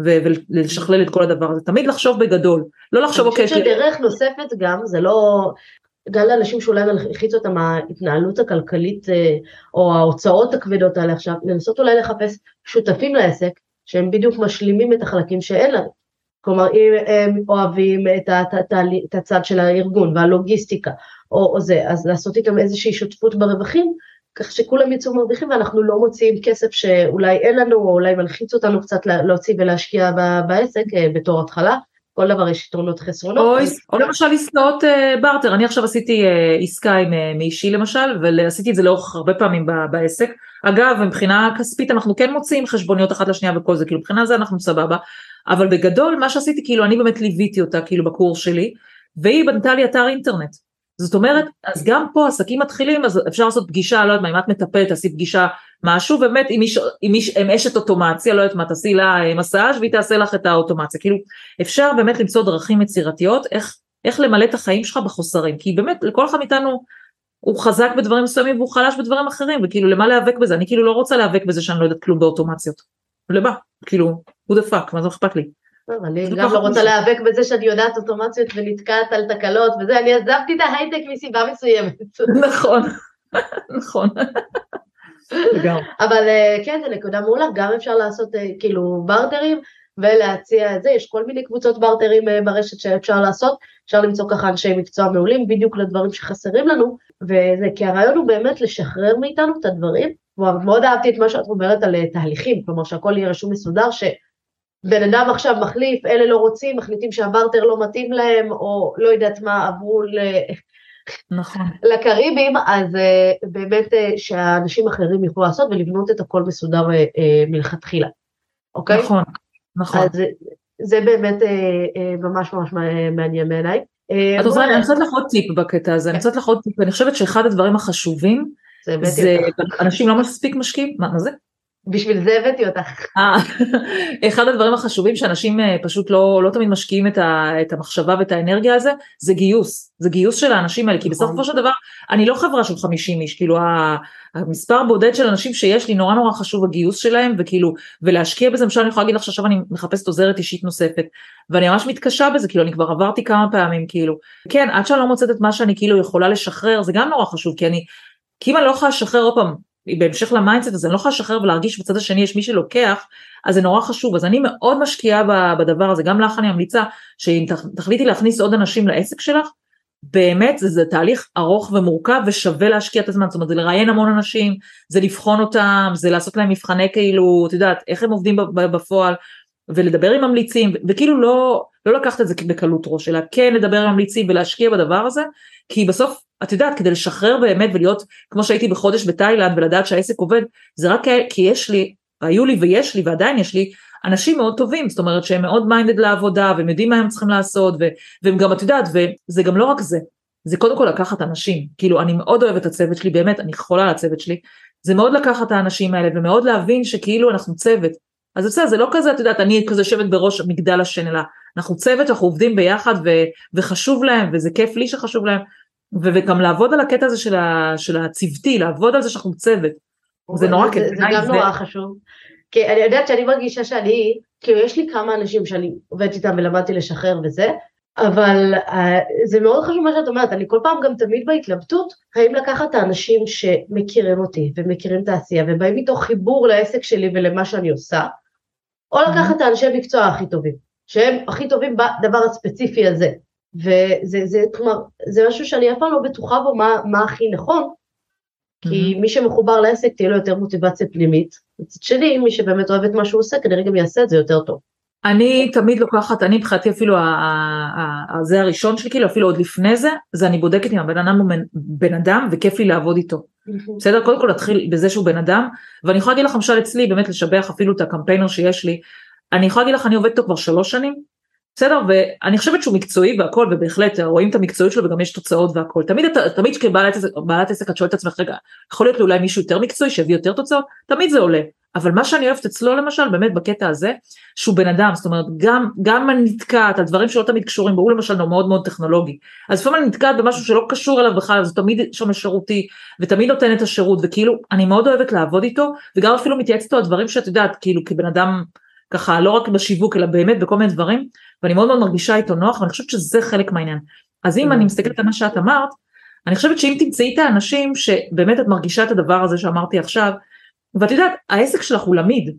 ולשכלל את כל הדבר הזה, תמיד לחשוב בגדול, לא לחשוב אוקיי. אני חושבת שדרך נוספת גם, זה לא, גם לאנשים שאולי מלחיץ אותם ההתנהלות הכלכלית, או ההוצאות הכבדות האלה עכשיו, לנסות אולי לחפש שותפים לעסק, שהם בדיוק משלימים את החלקים שאין לנו, כלומר אם הם אוהבים את הצד של הארגון והלוגיסטיקה, או, או זה, אז לעשות איתם איזושהי שותפות ברווחים, כך שכולם יצאו מרוויחים, ואנחנו לא מוציאים כסף שאולי אין לנו, או אולי מלחיץ אותנו קצת להוציא ולהשקיע בעסק בתור התחלה, כל דבר יש יתרונות חסרונות. או, או למשל עסקאות uh, בארטר, אני עכשיו עשיתי uh, עסקה עם uh, מאישי למשל, ועשיתי את זה לאורך הרבה פעמים בעסק, אגב מבחינה כספית אנחנו כן מוצאים חשבוניות אחת לשנייה וכל זה, כאילו מבחינה זה אנחנו סבבה, אבל בגדול מה שעשיתי, כאילו אני באמת ליוויתי אותה כאילו בקורס שלי, והיא בנתה לי אתר אינטרנט, זאת אומרת, אז גם פה עסקים מתחילים, אז אפשר לעשות פגישה, לא יודעת מה, אם את מטפלת, תעשי פגישה משהו, באמת, אם הם אשת אוטומציה, לא יודעת מה, תעשי לה מסאז' והיא תעשה לך את האוטומציה, כאילו, אפשר באמת למצוא דרכים יצירתיות, איך, איך למלא את החיים שלך בחוסרים, כי באמת, לכל אחד מאיתנו, הוא חזק בדברים מסוימים, והוא חלש בדברים אחרים, וכאילו, למה להיאבק בזה? אני כאילו לא רוצה להיאבק בזה שאני לא יודעת כלום באוטומציות. למה? כאילו, who the fuck, מה זה אכפת לי? אני גם לא רוצה להיאבק בזה שאני יודעת אוטומציות ונתקעת על תקלות וזה, אני עזבתי את ההייטק מסיבה מסוימת. נכון, נכון. אבל כן, זה נקודה מעולה, גם אפשר לעשות כאילו בארטרים ולהציע את זה, יש כל מיני קבוצות בארטרים ברשת שאפשר לעשות, אפשר למצוא ככה אנשי מקצוע מעולים בדיוק לדברים שחסרים לנו, וזה כי הרעיון הוא באמת לשחרר מאיתנו את הדברים, ומאוד אהבתי את מה שאת אומרת על תהליכים, כלומר שהכל יהיה רשום מסודר, ש בן אדם עכשיו מחליף, אלה לא רוצים, מחליטים שהברטר לא מתאים להם, או לא יודעת מה, עברו ל... נכון. לקריבים, אז uh, באמת uh, שהאנשים אחרים יוכלו לעשות, ולבנות את הכל מסודר uh, uh, מלכתחילה, אוקיי? נכון, נכון. אז זה באמת uh, uh, ממש ממש מעניין בעיניי. את רוצה, אני רוצה לך עוד טיפ בקטע הזה, אני רוצה לך עוד טיפ, ואני חושבת שאחד הדברים החשובים, זה אנשים לא מספיק משקיעים, מה זה? בשביל זה הבאתי אותך. אחד הדברים החשובים שאנשים פשוט לא, לא תמיד משקיעים את, ה, את המחשבה ואת האנרגיה הזה, זה גיוס, זה גיוס של האנשים האלה, כי בסופו של דבר, אני לא חברה של חמישים איש, כאילו המספר בודד של אנשים שיש לי, נורא נורא חשוב הגיוס שלהם, וכאילו, ולהשקיע בזה, למשל אני יכולה להגיד לך שעכשיו אני מחפשת עוזרת אישית נוספת, ואני ממש מתקשה בזה, כאילו אני כבר עברתי כמה פעמים, כאילו, כן, עד שאני לא מוצאת את מה שאני כאילו יכולה לשחרר, זה גם נורא חשוב, כי אני, כי אם אני לא יכולה לשחרר עוד פעם, בהמשך למיינדסט הזה, אני לא יכולה לשחרר ולהרגיש בצד השני יש מי שלוקח, אז זה נורא חשוב, אז אני מאוד משקיעה בדבר הזה, גם לך אני ממליצה, שאם תחליטי להכניס עוד אנשים לעסק שלך, באמת זה, זה תהליך ארוך ומורכב, ושווה להשקיע את הזמן, זאת אומרת, זה לראיין המון אנשים, זה לבחון אותם, זה לעשות להם מבחני כאילו, את יודעת, איך הם עובדים בפועל, ולדבר עם ממליצים, וכאילו לא, לא לקחת את זה בקלות ראש, אלא כן לדבר עם ממליצים ולהשקיע בדבר הזה, כי בסוף, את יודעת, כדי לשחרר באמת ולהיות, כמו שהייתי בחודש בתאילנד, ולדעת שהעסק עובד, זה רק כי יש לי, היו לי ויש לי, ועדיין יש לי, אנשים מאוד טובים, זאת אומרת שהם מאוד מיינדד לעבודה, והם יודעים מה הם צריכים לעשות, ו- והם גם, את יודעת, וזה גם לא רק זה, זה קודם כל לקחת אנשים, כאילו אני מאוד אוהבת את הצוות שלי, באמת, אני חולה על הצוות שלי, זה מאוד לקחת את האנשים האלה, ומאוד להבין שכאילו אנחנו צוות, אז זה, זה לא כזה, את יודעת, אני כזה יושבת בראש מגדל השן, אלא אנחנו צוות, אנחנו עובדים ביחד, ו- וחשוב להם, וזה כיף לי שחשוב להם, ו- וגם לעבוד על הקטע הזה של, ה- של הצוותי, לעבוד על זה שאנחנו צוות, זה נורא כיף. זה, זה גם נורא חשוב, כי אני יודעת שאני מרגישה שאני, כאילו יש לי כמה אנשים שאני עובדת איתם ולמדתי לשחרר וזה, אבל uh, זה מאוד חשוב מה שאת אומרת, אני כל פעם גם תמיד בהתלבטות, האם לקחת את האנשים שמכירים אותי ומכירים את העשייה, ובאים מתוך חיבור לעסק שלי ולמה שאני עושה, או לקחת את האנשי מקצוע הכי טובים, שהם הכי טובים בדבר הספציפי הזה, וזה זה, כלומר, זה משהו שאני אף פעם לא בטוחה בו מה, מה הכי נכון, כי מי שמחובר לעסק תהיה לו יותר מוטיבציה פנימית, מצד שני, מי שבאמת אוהב את מה שהוא עושה, כנראה גם יעשה את זה יותר טוב. אני תמיד לוקחת, אני מבחינתי אפילו, זה הראשון שלי, כאילו אפילו עוד לפני זה, זה אני בודקת עם הבן אדם הוא בן אדם, וכיף לי לעבוד איתו. בסדר? קודם כל להתחיל בזה שהוא בן אדם, ואני יכולה להגיד לך, למשל אצלי, באמת לשבח אפילו את הקמפיינר שיש לי, אני יכולה להגיד לך, אני עובדת איתו כבר שלוש שנים, בסדר? ואני חושבת שהוא מקצועי והכל, ובהחלט רואים את המקצועיות שלו, וגם יש תוצאות והכל. תמיד, תמיד כבעלת עסק, את שואלת את עצמך, רגע, יכול להיות אולי מישהו יותר מקצועי, שיביא יותר תוצאות? תמיד זה עולה. אבל מה שאני אוהבת אצלו למשל, באמת בקטע הזה, שהוא בן אדם, זאת אומרת, גם, גם אני נתקעת על דברים שלא תמיד קשורים, והוא למשל מאוד מאוד טכנולוגי, אז לפעמים אני נתקעת במשהו שלא קשור אליו בכלל, אז הוא תמיד שם שירותי, ותמיד נותן את השירות, וכאילו, אני מאוד אוהבת לעבוד איתו, וגם אפילו מתייעצת איתו על דברים שאת יודעת, כאילו, כבן אדם, ככה, לא רק בשיווק, אלא באמת בכל מיני דברים, ואני מאוד מאוד מרגישה איתו נוח, ואני חושבת שזה חלק מהעניין. אז אם אני מסתכלת על מה שאת אמרת, אני חושבת שאם תמצאי את האנשים שבאמת את מרגישה את הדבר הזה שאמרתי עכשיו, ואת יודעת, העסק שלך הוא למיד,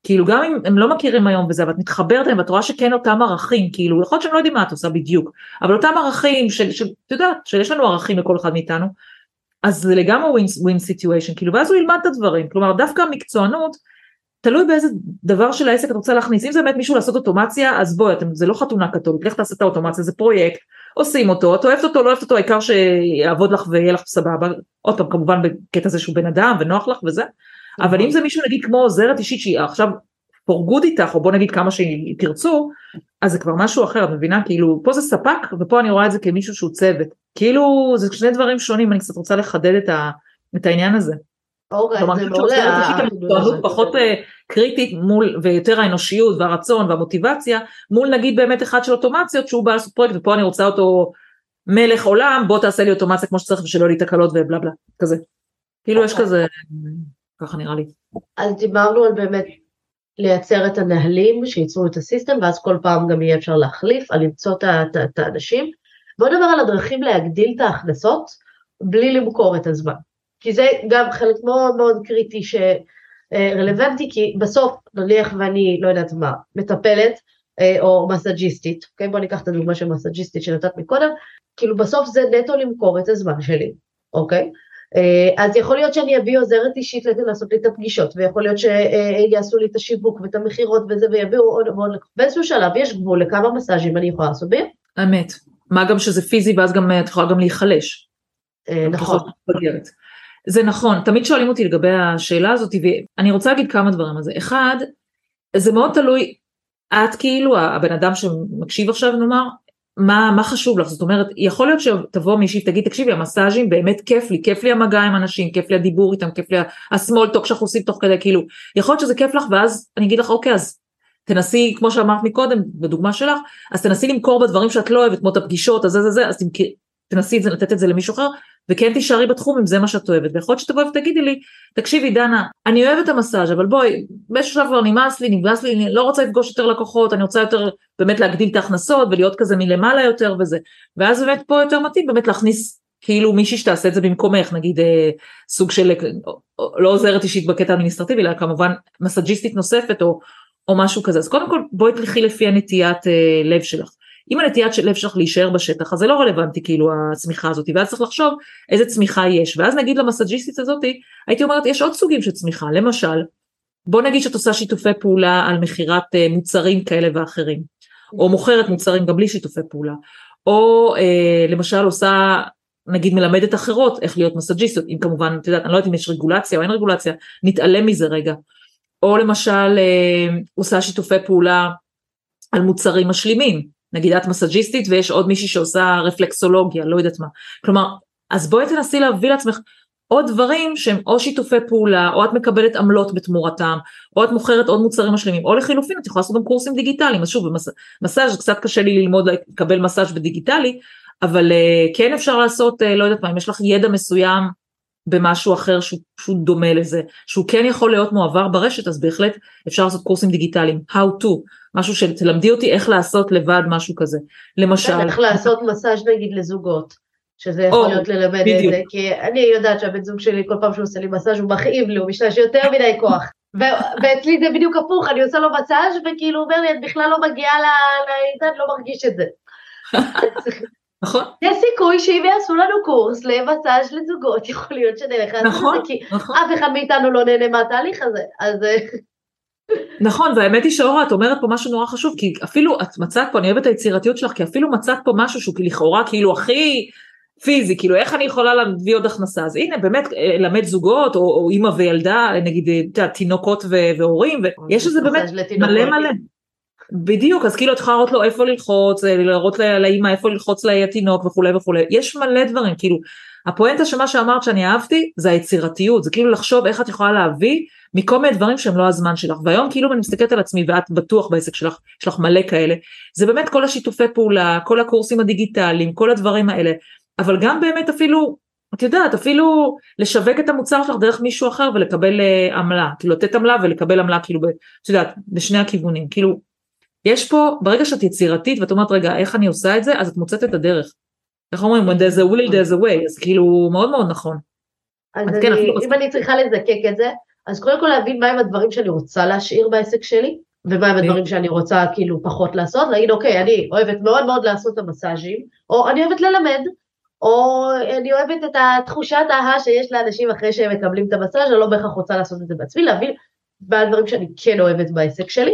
כאילו גם אם הם לא מכירים היום וזה, ואת מתחברת להם, ואת רואה שכן אותם ערכים, כאילו, יכול להיות שהם לא יודעים מה את עושה בדיוק, אבל אותם ערכים, של, של, אתה יודעת, שיש לנו ערכים לכל אחד מאיתנו, אז זה לגמרי ווין סיטואשן, כאילו, ואז הוא ילמד את הדברים, כלומר, דווקא המקצוענות, תלוי באיזה דבר של העסק את רוצה להכניס, אם זה באמת מישהו לעשות אוטומציה, אז בואי, זה לא חתונה קתולית, לך תעשה את האוטומציה, זה פרויקט, עושים אותו, את אוהבת אותו, לא אוהבת אותו, העיקר שיעבוד לך ויהיה לך סבבה, עוד פעם, כמובן בקטע זה שהוא בן אדם ונוח לך וזה, אבל אם זה מישהו נגיד כמו עוזרת אישית שהיא עכשיו for good איתך, או בוא נגיד כמה שהיא תרצו, אז זה כבר משהו אחר, את מבינה? כאילו, פה זה ספק, ופה אני רואה את זה כמישהו שהוא צוות, כאילו, זה שני דברים שונים, אני קצת רוצה לחדד את, ה, את העניין הזה. אוקיי, זה מעולה. המקצוענות פחות קריטית מול, ויותר האנושיות והרצון והמוטיבציה, מול נגיד באמת אחד של אוטומציות, שהוא בא לעשות פרויקט, ופה אני רוצה אותו מלך עולם, בוא תעשה לי אוטומציה כמו שצריך, ושלא לי תקלות ובלה בלה, כזה. כאילו יש כזה, ככה נראה לי. אז דיברנו על באמת לייצר את הנהלים, שייצרו את הסיסטם, ואז כל פעם גם יהיה אפשר להחליף, על למצוא את האנשים. בוא נדבר על הדרכים להגדיל את ההכנסות, בלי למכור את הזמן. כי זה גם חלק מאוד מאוד קריטי שרלוונטי, כי בסוף נניח ואני לא יודעת מה, מטפלת או מסאג'יסטית, אוקיי? בוא ניקח את הדוגמה של מסאג'יסטית שנתת מקודם, כאילו בסוף זה נטו למכור את הזמן שלי, אוקיי? אז יכול להיות שאני אביא עוזרת אישית לעשות לי את הפגישות, ויכול להיות שיעשו לי את השיווק ואת המחירות וזה, ויביאו עוד ועוד, באיזשהו שלב יש גבול לכמה מסאז'ים אני יכולה לעשות בהם. אמת, מה גם שזה פיזי, ואז גם את יכולה גם להיחלש. נכון. זה נכון, תמיד שואלים אותי לגבי השאלה הזאת, ואני רוצה להגיד כמה דברים על זה. אחד, זה מאוד תלוי, את כאילו, הבן אדם שמקשיב עכשיו נאמר, מה, מה חשוב לך? זאת אומרת, יכול להיות שתבוא מישהי, תגיד, תקשיבי, המסאז'ים באמת כיף לי, כיף לי המגע עם אנשים, כיף לי הדיבור איתם, כיף לי הסמול טוק שאנחנו עושים תוך כדי, כאילו, יכול להיות שזה כיף לך, ואז אני אגיד לך, אוקיי, אז תנסי, כמו שאמרת מקודם, בדוגמה שלך, אז תנסי למכור בדברים שאת לא אוהבת, כמו את הפגישות, אז זה זה זה, אז תנסי את זה, לתת את זה למישהו אחר, וכן תישארי בתחום אם זה מה שאת אוהבת, ויכול להיות שתבואי ותגידי לי, תקשיבי דנה, אני אוהבת את המסאז' אבל בואי, באיזשהו שלב כבר נמאס לי, נמאס לי, אני לא רוצה לפגוש יותר לקוחות, אני רוצה יותר באמת להגדיל את ההכנסות, ולהיות כזה מלמעלה יותר וזה, ואז באמת פה יותר מתאים, באמת להכניס כאילו מישהי שתעשה את זה במקומך, נגיד אה, סוג של, לא עוזרת אישית בקטע האדמיניסטרטיבי, אלא כמובן מסאג'יסטית נוספת, או, או משהו כזה, אז קודם כל בואי תלכי לפי הנטיית אה, לב שלך, אם הנטיית של לב שלך להישאר בשטח, אז זה לא רלוונטי כאילו הצמיחה הזאת, ואז צריך לחשוב איזה צמיחה יש, ואז נגיד למסאג'יסטית הזאת, הייתי אומרת, יש עוד סוגים של צמיחה, למשל, בוא נגיד שאת עושה שיתופי פעולה על מחירת מוצרים כאלה ואחרים, או מוכרת מוצרים גם בלי שיתופי פעולה, או אה, למשל עושה, נגיד מלמדת אחרות איך להיות מסאג'יסטיות, אם כמובן, את יודעת, אני לא יודעת אם יש רגולציה או אין רגולציה, נתעלם מזה רגע, או למשל אה, עושה שיתופי פעולה על מוצרים משלימים, נגיד את מסאג'יסטית ויש עוד מישהי שעושה רפלקסולוגיה, לא יודעת מה, כלומר, אז בואי תנסי להביא לעצמך עוד דברים שהם או שיתופי פעולה, או את מקבלת עמלות בתמורתם, או את מוכרת עוד מוצרים משלימים, או לחילופין, את יכולה לעשות גם קורסים דיגיטליים, אז שוב, במסאז' קצת קשה לי ללמוד לקבל מסאז' בדיגיטלי, אבל כן אפשר לעשות, לא יודעת מה, אם יש לך ידע מסוים במשהו אחר שהוא, שהוא דומה לזה, שהוא כן יכול להיות מועבר ברשת, אז בהחלט אפשר לעשות קורסים דיגיטליים, how to, משהו שתלמדי אותי איך לעשות לבד משהו כזה, למשל. איך לעשות מסאז' נגיד לזוגות, שזה יכול להיות ללמד את זה, כי אני יודעת שהבן זוג שלי כל פעם שהוא עושה לי מסאז' הוא מכאיב לי, הוא משתמש יותר מדי כוח, ואצלי זה בדיוק הפוך, אני עושה לו מסאז' וכאילו הוא אומר לי, את בכלל לא מגיעה לעידן, לא מרגיש את זה. נכון. יש סיכוי שאם יעשו לנו קורס למסאז' לזוגות, יכול להיות שנלך לעשות את זה, כי אף אחד מאיתנו לא נהנה מהתהליך הזה, אז... נכון, והאמת היא שאורה, את אומרת פה משהו נורא חשוב, כי אפילו את מצאת פה, אני אוהבת את היצירתיות שלך, כי אפילו מצאת פה משהו שהוא לכאורה כאילו הכי פיזי, כאילו איך אני יכולה להביא עוד הכנסה, אז הנה באמת למד זוגות, או, או אמא וילדה, נגיד תינוקות והורים, ויש איזה באמת מלא מלא. בדיוק, אז כאילו את יכולה לראות לו איפה ללחוץ, לראות לאמא איפה ללחוץ לתינוק וכו' וכו', יש מלא דברים, כאילו, הפואנטה שמה שאמרת שאני אהבתי, זה היצירתיות, זה כאילו לחשוב איך את יכולה להביא, מכל מיני דברים שהם לא הזמן שלך, והיום כאילו אני מסתכלת על עצמי, ואת בטוח בעסק שלך, יש לך מלא כאלה, זה באמת כל השיתופי פעולה, כל הקורסים הדיגיטליים, כל הדברים האלה, אבל גם באמת אפילו, את יודעת, אפילו לשווק את המוצר שלך דרך מישהו אחר, ולקבל uh, עמלה, כאילו לתת עמלה ולקבל עמלה, כאילו, את יודעת, בשני הכיוונים, כאילו, יש פה, ברגע שאת יצירתית, ואת אומרת, רגע, איך אני עושה את זה, אז את מוצאת את הדרך. איך אומרים, when there's a will, there's a way, אז כאילו, מאוד מאוד נכון. אז אני, אם אני צריכה לזקק את זה, אז קודם כל להבין מהם הדברים שאני רוצה להשאיר בעסק שלי, ומהם הדברים שאני רוצה כאילו פחות לעשות, להגיד אוקיי, אני אוהבת מאוד מאוד לעשות את המסאז'ים, או אני אוהבת ללמד, או אני אוהבת את התחושת ההה שיש לאנשים אחרי שהם מקבלים את המסאז', אני לא בהכרח רוצה לעשות את זה בעצמי, להבין מה הדברים שאני כן אוהבת בעסק שלי,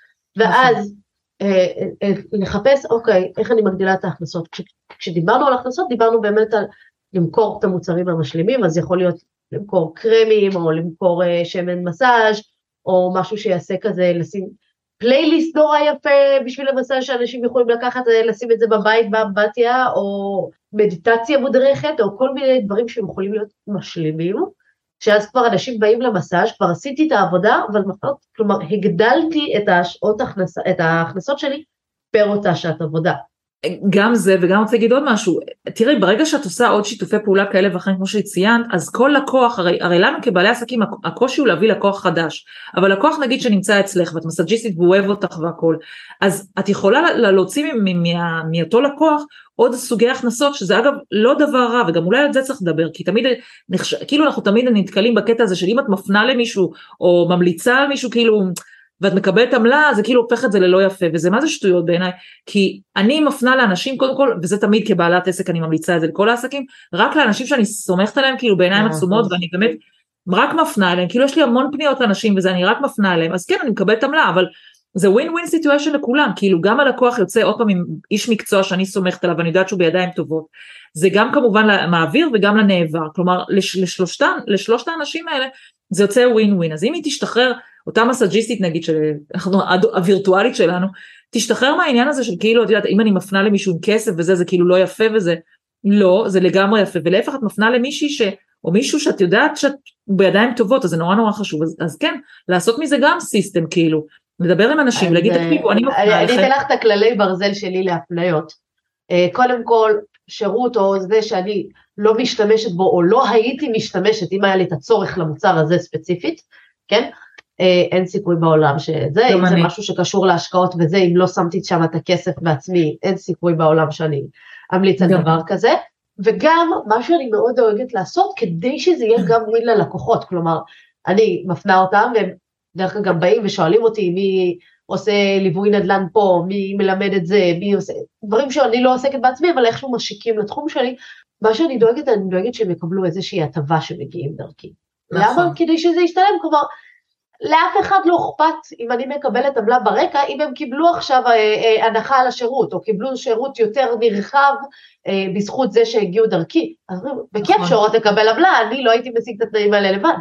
ואז אה, אה, לחפש, אוקיי, איך אני מגדילה את ההכנסות. כש, כשדיברנו על הכנסות, דיברנו באמת על למכור את המוצרים המשלימים, אז יכול להיות למכור קרמים, או למכור אה, שמן מסאז', או משהו שיעשה כזה, לשים פלייליסט נורא יפה בשביל המסאז' שאנשים יכולים לקחת, לשים את זה בבית באמבטיה, או מדיטציה מודרכת, או כל מיני דברים שהם יכולים להיות משלימים, שאז כבר אנשים באים למסאז', כבר עשיתי את העבודה, אבל מפות, כלומר, הגדלתי את השעות הכנסה, את ההכנסות שלי, פר אותה שעת עבודה. גם זה, וגם רוצה להגיד עוד משהו, תראי, ברגע שאת עושה עוד שיתופי פעולה כאלה ואחרים, כמו שציינת, אז כל לקוח, הרי, הרי לנו כבעלי עסקים, הקושי הוא להביא לקוח חדש, אבל לקוח נגיד שנמצא אצלך, ואת מסאג'יסטית והוא אוהב אותך והכל, אז את יכולה להוציא מאותו לקוח, עוד סוגי הכנסות, שזה אגב לא דבר רע, וגם אולי על זה צריך לדבר, כי תמיד, כאילו אנחנו תמיד נתקלים בקטע הזה, של אם את מפנה למישהו, או ממליצה על מישהו, כאילו, ואת מקבלת עמלה, זה כאילו הופך את זה ללא יפה, וזה מה זה שטויות בעיניי, כי אני מפנה לאנשים, קודם כל, וזה תמיד כבעלת עסק, אני ממליצה את זה לכל העסקים, רק לאנשים שאני סומכת עליהם, כאילו בעיניים עצומות, ואני באמת רק מפנה אליהם, כאילו יש לי המון פניות לאנשים, וזה אני רק מפנה אליהם, אז כן, אני מקבלת עמלה, אבל זה ווין ווין סיטואשן לכולם, כאילו גם הלקוח יוצא עוד פעם עם איש מקצוע שאני סומכת עליו, ואני יודעת שהוא בידיים טובות, זה גם כמובן למעביר וגם לנעבר, כלומר לשלושתן, לשלושת האנשים האלה, זה יוצא ווין ווין, אז אם היא תשתחרר, אותה מסאג'יסטית נגיד, שאנחנו, הווירטואלית שלנו, תשתחרר מהעניין הזה של כאילו, את יודעת, אם אני מפנה למישהו עם כסף וזה, זה כאילו לא יפה וזה, לא, זה לגמרי יפה, ולהפך את מפנה למישהי ש, או מישהו שאת יודעת שאת בידיים טובות, אז זה נורא נורא חשוב, אז, אז כן, לעשות מזה גם סיסטם כאילו, לדבר עם אנשים, להגיד תקשיבו, אני מפנה לכם. אני אתן לך את הכללי ברזל שלי להפניות, קודם כל, שירות או זה שאני לא משתמשת בו, או לא הייתי משתמשת, אם היה לי את הצורך למוצר הזה ספציפית, כן? אין סיכוי בעולם שזה, אם זה משהו שקשור להשקעות וזה, אם לא שמתי שם את הכסף בעצמי, אין סיכוי בעולם שאני אמליץ על דבר כזה, וגם מה שאני מאוד דואגת לעשות, כדי שזה יהיה גם ווין ללקוחות, כלומר, אני מפנה אותם, והם דרך אגב באים ושואלים אותי, מי עושה ליווי נדל"ן פה, מי מלמד את זה, מי עושה, דברים שאני לא עוסקת בעצמי, אבל איכשהו משיקים לתחום שלי, מה שאני דואגת, אני דואגת שהם יקבלו איזושהי הטבה שמגיעים דרכי. למה? כדי שזה ישתלם, כלומר, לאף אחד לא אכפת אם אני מקבלת עמלה ברקע, אם הם קיבלו עכשיו אה, אה, הנחה על השירות, או קיבלו שירות יותר נרחב אה, בזכות זה שהגיעו דרכי. אז בכיף שאורה תקבל עמלה, אני לא הייתי משיג את התנאים האלה לבד.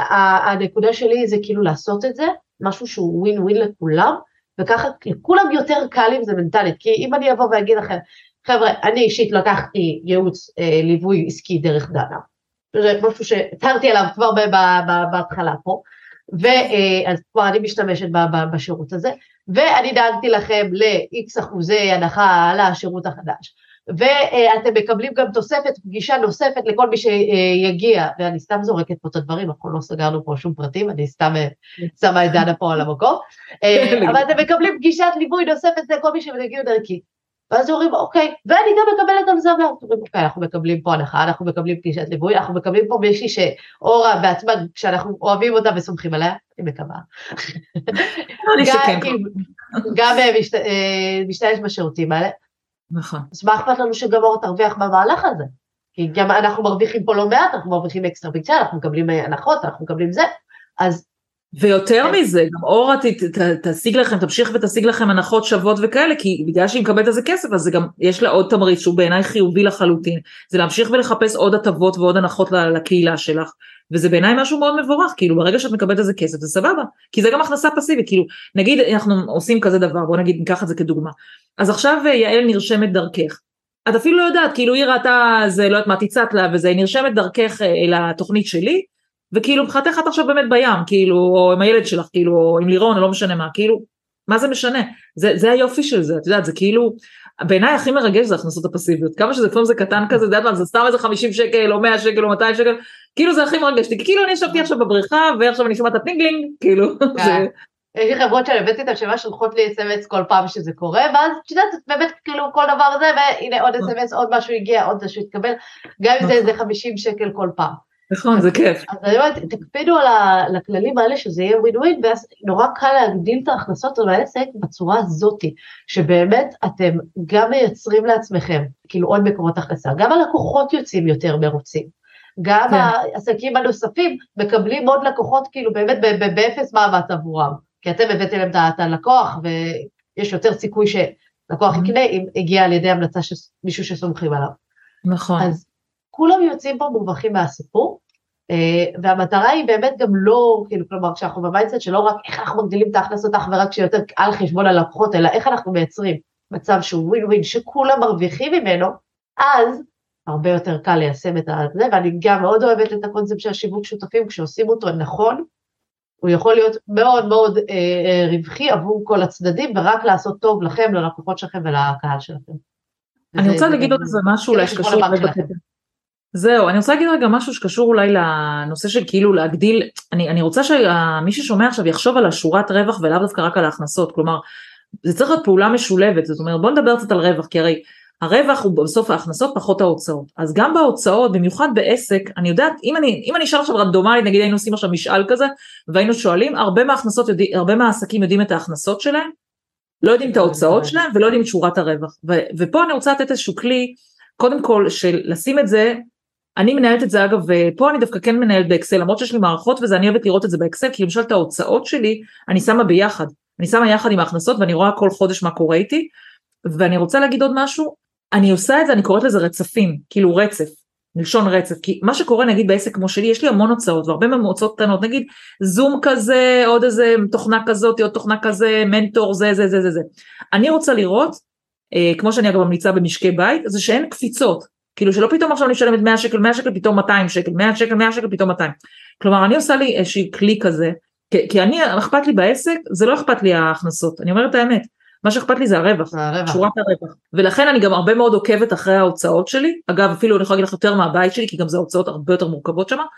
הנקודה שלי זה כאילו לעשות את זה, משהו שהוא ווין ווין לכולם, וככה לכולם יותר קל אם זה מנטלית, כי אם אני אבוא ואגיד לכם, חבר'ה, אני אישית לקחתי ייעוץ אה, ליווי עסקי דרך דנה, זה משהו שהתרתי עליו כבר בהתחלה פה, ואז כבר אני משתמשת בשירות הזה, ואני דאגתי לכם ל-X אחוזי הנחה על השירות החדש, ואתם מקבלים גם תוספת, פגישה נוספת לכל מי שיגיע, ואני סתם זורקת פה את הדברים, אנחנו לא סגרנו פה שום פרטים, אני סתם שמה את דנה פה על המקום, אבל אתם מקבלים פגישת ליווי נוספת לכל מי שמגיע דרכי, ואז אומרים, אוקיי, ואני גם מקבלת על זה, אומרים, אוקיי, אנחנו מקבלים פה הנחה, אנחנו מקבלים פגישת ליווי, אנחנו מקבלים פה מישהי שאורה בעצמה, כשאנחנו אוהבים אותה וסומכים עליה, היא מקווה. גם משתמש בשירותים האלה. נכון. אז מה אכפת לנו שגם אורה תרוויח במהלך הזה? כי גם אנחנו מרוויחים פה לא מעט, אנחנו מרוויחים אקסטרה פיקציה, אנחנו מקבלים הנחות, אנחנו מקבלים זה, אז ויותר מזה, גם אורה תשיג לכם, תמשיך ותשיג לכם הנחות שוות וכאלה, כי בגלל שהיא מקבלת איזה כסף, אז זה גם, יש לה עוד תמריץ שהוא בעיניי חיובי לחלוטין, זה להמשיך ולחפש עוד הטבות ועוד הנחות לקהילה שלך, וזה בעיניי משהו מאוד מבורך, כאילו ברגע שאת מקבלת איזה כסף, זה סבבה, כי זה גם הכנסה פסיבית, כאילו, נגיד אנחנו עושים כזה דבר, בוא נגיד, ניקח את זה כדוגמה, אז עכשיו יעל נרשמת דרכך, את אפילו לא יודעת, כאילו היא ראתה, זה לא יודעת מה תצאת לה, וזה נרשמת דרכך לתוכנית שלי, וכאילו מבחינתך את עכשיו באמת בים, כאילו, או עם הילד שלך, כאילו, או עם לירון, או לא משנה מה, כאילו, מה זה משנה? זה, זה היופי של זה, את יודעת, זה כאילו, בעיניי הכי מרגש זה הכנסות הפסיביות, כמה שזה לפעמים זה קטן כזה, זה, זה סתם איזה חמישים שקל, או מאה שקל, או מאתיים שקל, כאילו זה הכי מרגש, כי כאילו אני ישבתי עכשיו בבריכה, ועכשיו אני שומעת את הפינגלינג, כאילו, זה... יש לי חברות שאני הבאתי איתן שמה שולחות לי אס אם אס כל פעם שזה קורה, ואז שדעת, באמת כאילו כל דבר זה, והנה עוד אס אם אס, עוד משהו הגיע, עוד משהו התקבל, גם אם זה איזה חמישים שקל כל פעם. נכון, זה כיף. אז אני אומרת, תקפידו על הכללים האלה שזה יהיה ווין ווין, ואז נורא קל להגדיל את ההכנסות על העסק בצורה הזאת, שבאמת אתם גם מייצרים לעצמכם, כאילו עוד מקורות הכנסה, גם הלקוחות יוצאים יותר מרוצים, גם כן. העסקים הנוספים מקבלים עוד לקוחות, כאילו באמת באפס מאמץ עבורם, כי אתם הבאתם להם את הלקוח, ויש יותר סיכוי שלקוח יקנה, אם הגיע על ידי המלצה של מישהו שסומכים עליו. נכון. אז כולם יוצאים פה מובכים מהסיפור, והמטרה היא באמת גם לא, כאילו, כלומר, כשאנחנו במיינדסט שלא רק איך אנחנו מגדילים את ההכנסות אך ורק שיותר על חשבון הלקוחות, אלא איך אנחנו מייצרים מצב שהוא ווין ווין, שכולם מרוויחים ממנו, אז הרבה יותר קל ליישם את זה, ואני גם מאוד אוהבת את הקונספט של השיווק שותפים, כשעושים אותו נכון, הוא יכול להיות מאוד מאוד אה, אה, רווחי עבור כל הצדדים, ורק לעשות טוב לכם, ללקוחות שלכם ולקהל שלכם. אני רוצה להגיד עוד איזה משהו אולי שקשור, זהו, אני רוצה להגיד רגע משהו שקשור אולי לנושא של כאילו להגדיל, אני, אני רוצה שמי ששומע עכשיו יחשוב על השורת רווח ולאו דווקא רק על ההכנסות, כלומר, זה צריך להיות פעולה משולבת, זאת אומרת, בוא נדבר קצת על רווח, כי הרי הרווח הוא בסוף ההכנסות פחות ההוצאות, אז גם בהוצאות, במיוחד בעסק, אני יודעת, אם אני, אם אני אשאל עכשיו רנדומלית, נגיד היינו עושים עכשיו משאל כזה, והיינו שואלים, הרבה מההכנסות, יודע, הרבה מהעסקים יודעים את ההכנסות שלהם, לא יודעים את ההוצאות שלהם, ולא יודעים את שורת הרווח, ו, ופה אני רוצה לתת איזשהו כלי, קודם כל, של לשים את זה, אני מנהלת את זה אגב, ופה אני דווקא כן מנהלת באקסל, למרות שיש לי מערכות וזה, אני אוהבת לראות את זה באקסל, כי למשל את ההוצאות שלי, אני שמה ביחד, אני שמה יחד עם ההכנסות, ואני רואה כל חודש מה קורה איתי, ואני רוצה להגיד עוד משהו, אני עושה את זה, אני קוראת לזה רצפים, כאילו רצף, מלשון רצף, כי מה שקורה נגיד בעסק כמו שלי, יש לי המון הוצאות, והרבה מהוצאות קטנות, נגיד זום כזה, עוד איזה תוכנה כזאת, עוד תוכנה כזה, מנטור, זה, זה, זה, זה, זה. אני רוצה לראות, אה, כמו שאני אגב ממליצה במשקי בית, זה שאין קפיצות, כאילו שלא פתאום עכשיו אני משלמת מאה שקל, מאה שקל, פתאום מאתיים שקל, מאה שקל, מאה שקל, פתאום מאתיים. כלומר, אני עושה לי איזושהי כלי כזה, כי, כי אני, אכפת לי בעסק, זה לא אכפת לי ההכנסות, אני אומרת האמת, מה שאכפת לי זה הרווח, הרווח. שורת הרווח. ולכן אני גם הרבה מאוד עוקבת אחרי ההוצאות שלי, אגב, אפילו אני יכולה להגיד לך יותר מהבית שלי, כי גם זה הוצאות הרבה יותר מורכבות שמה,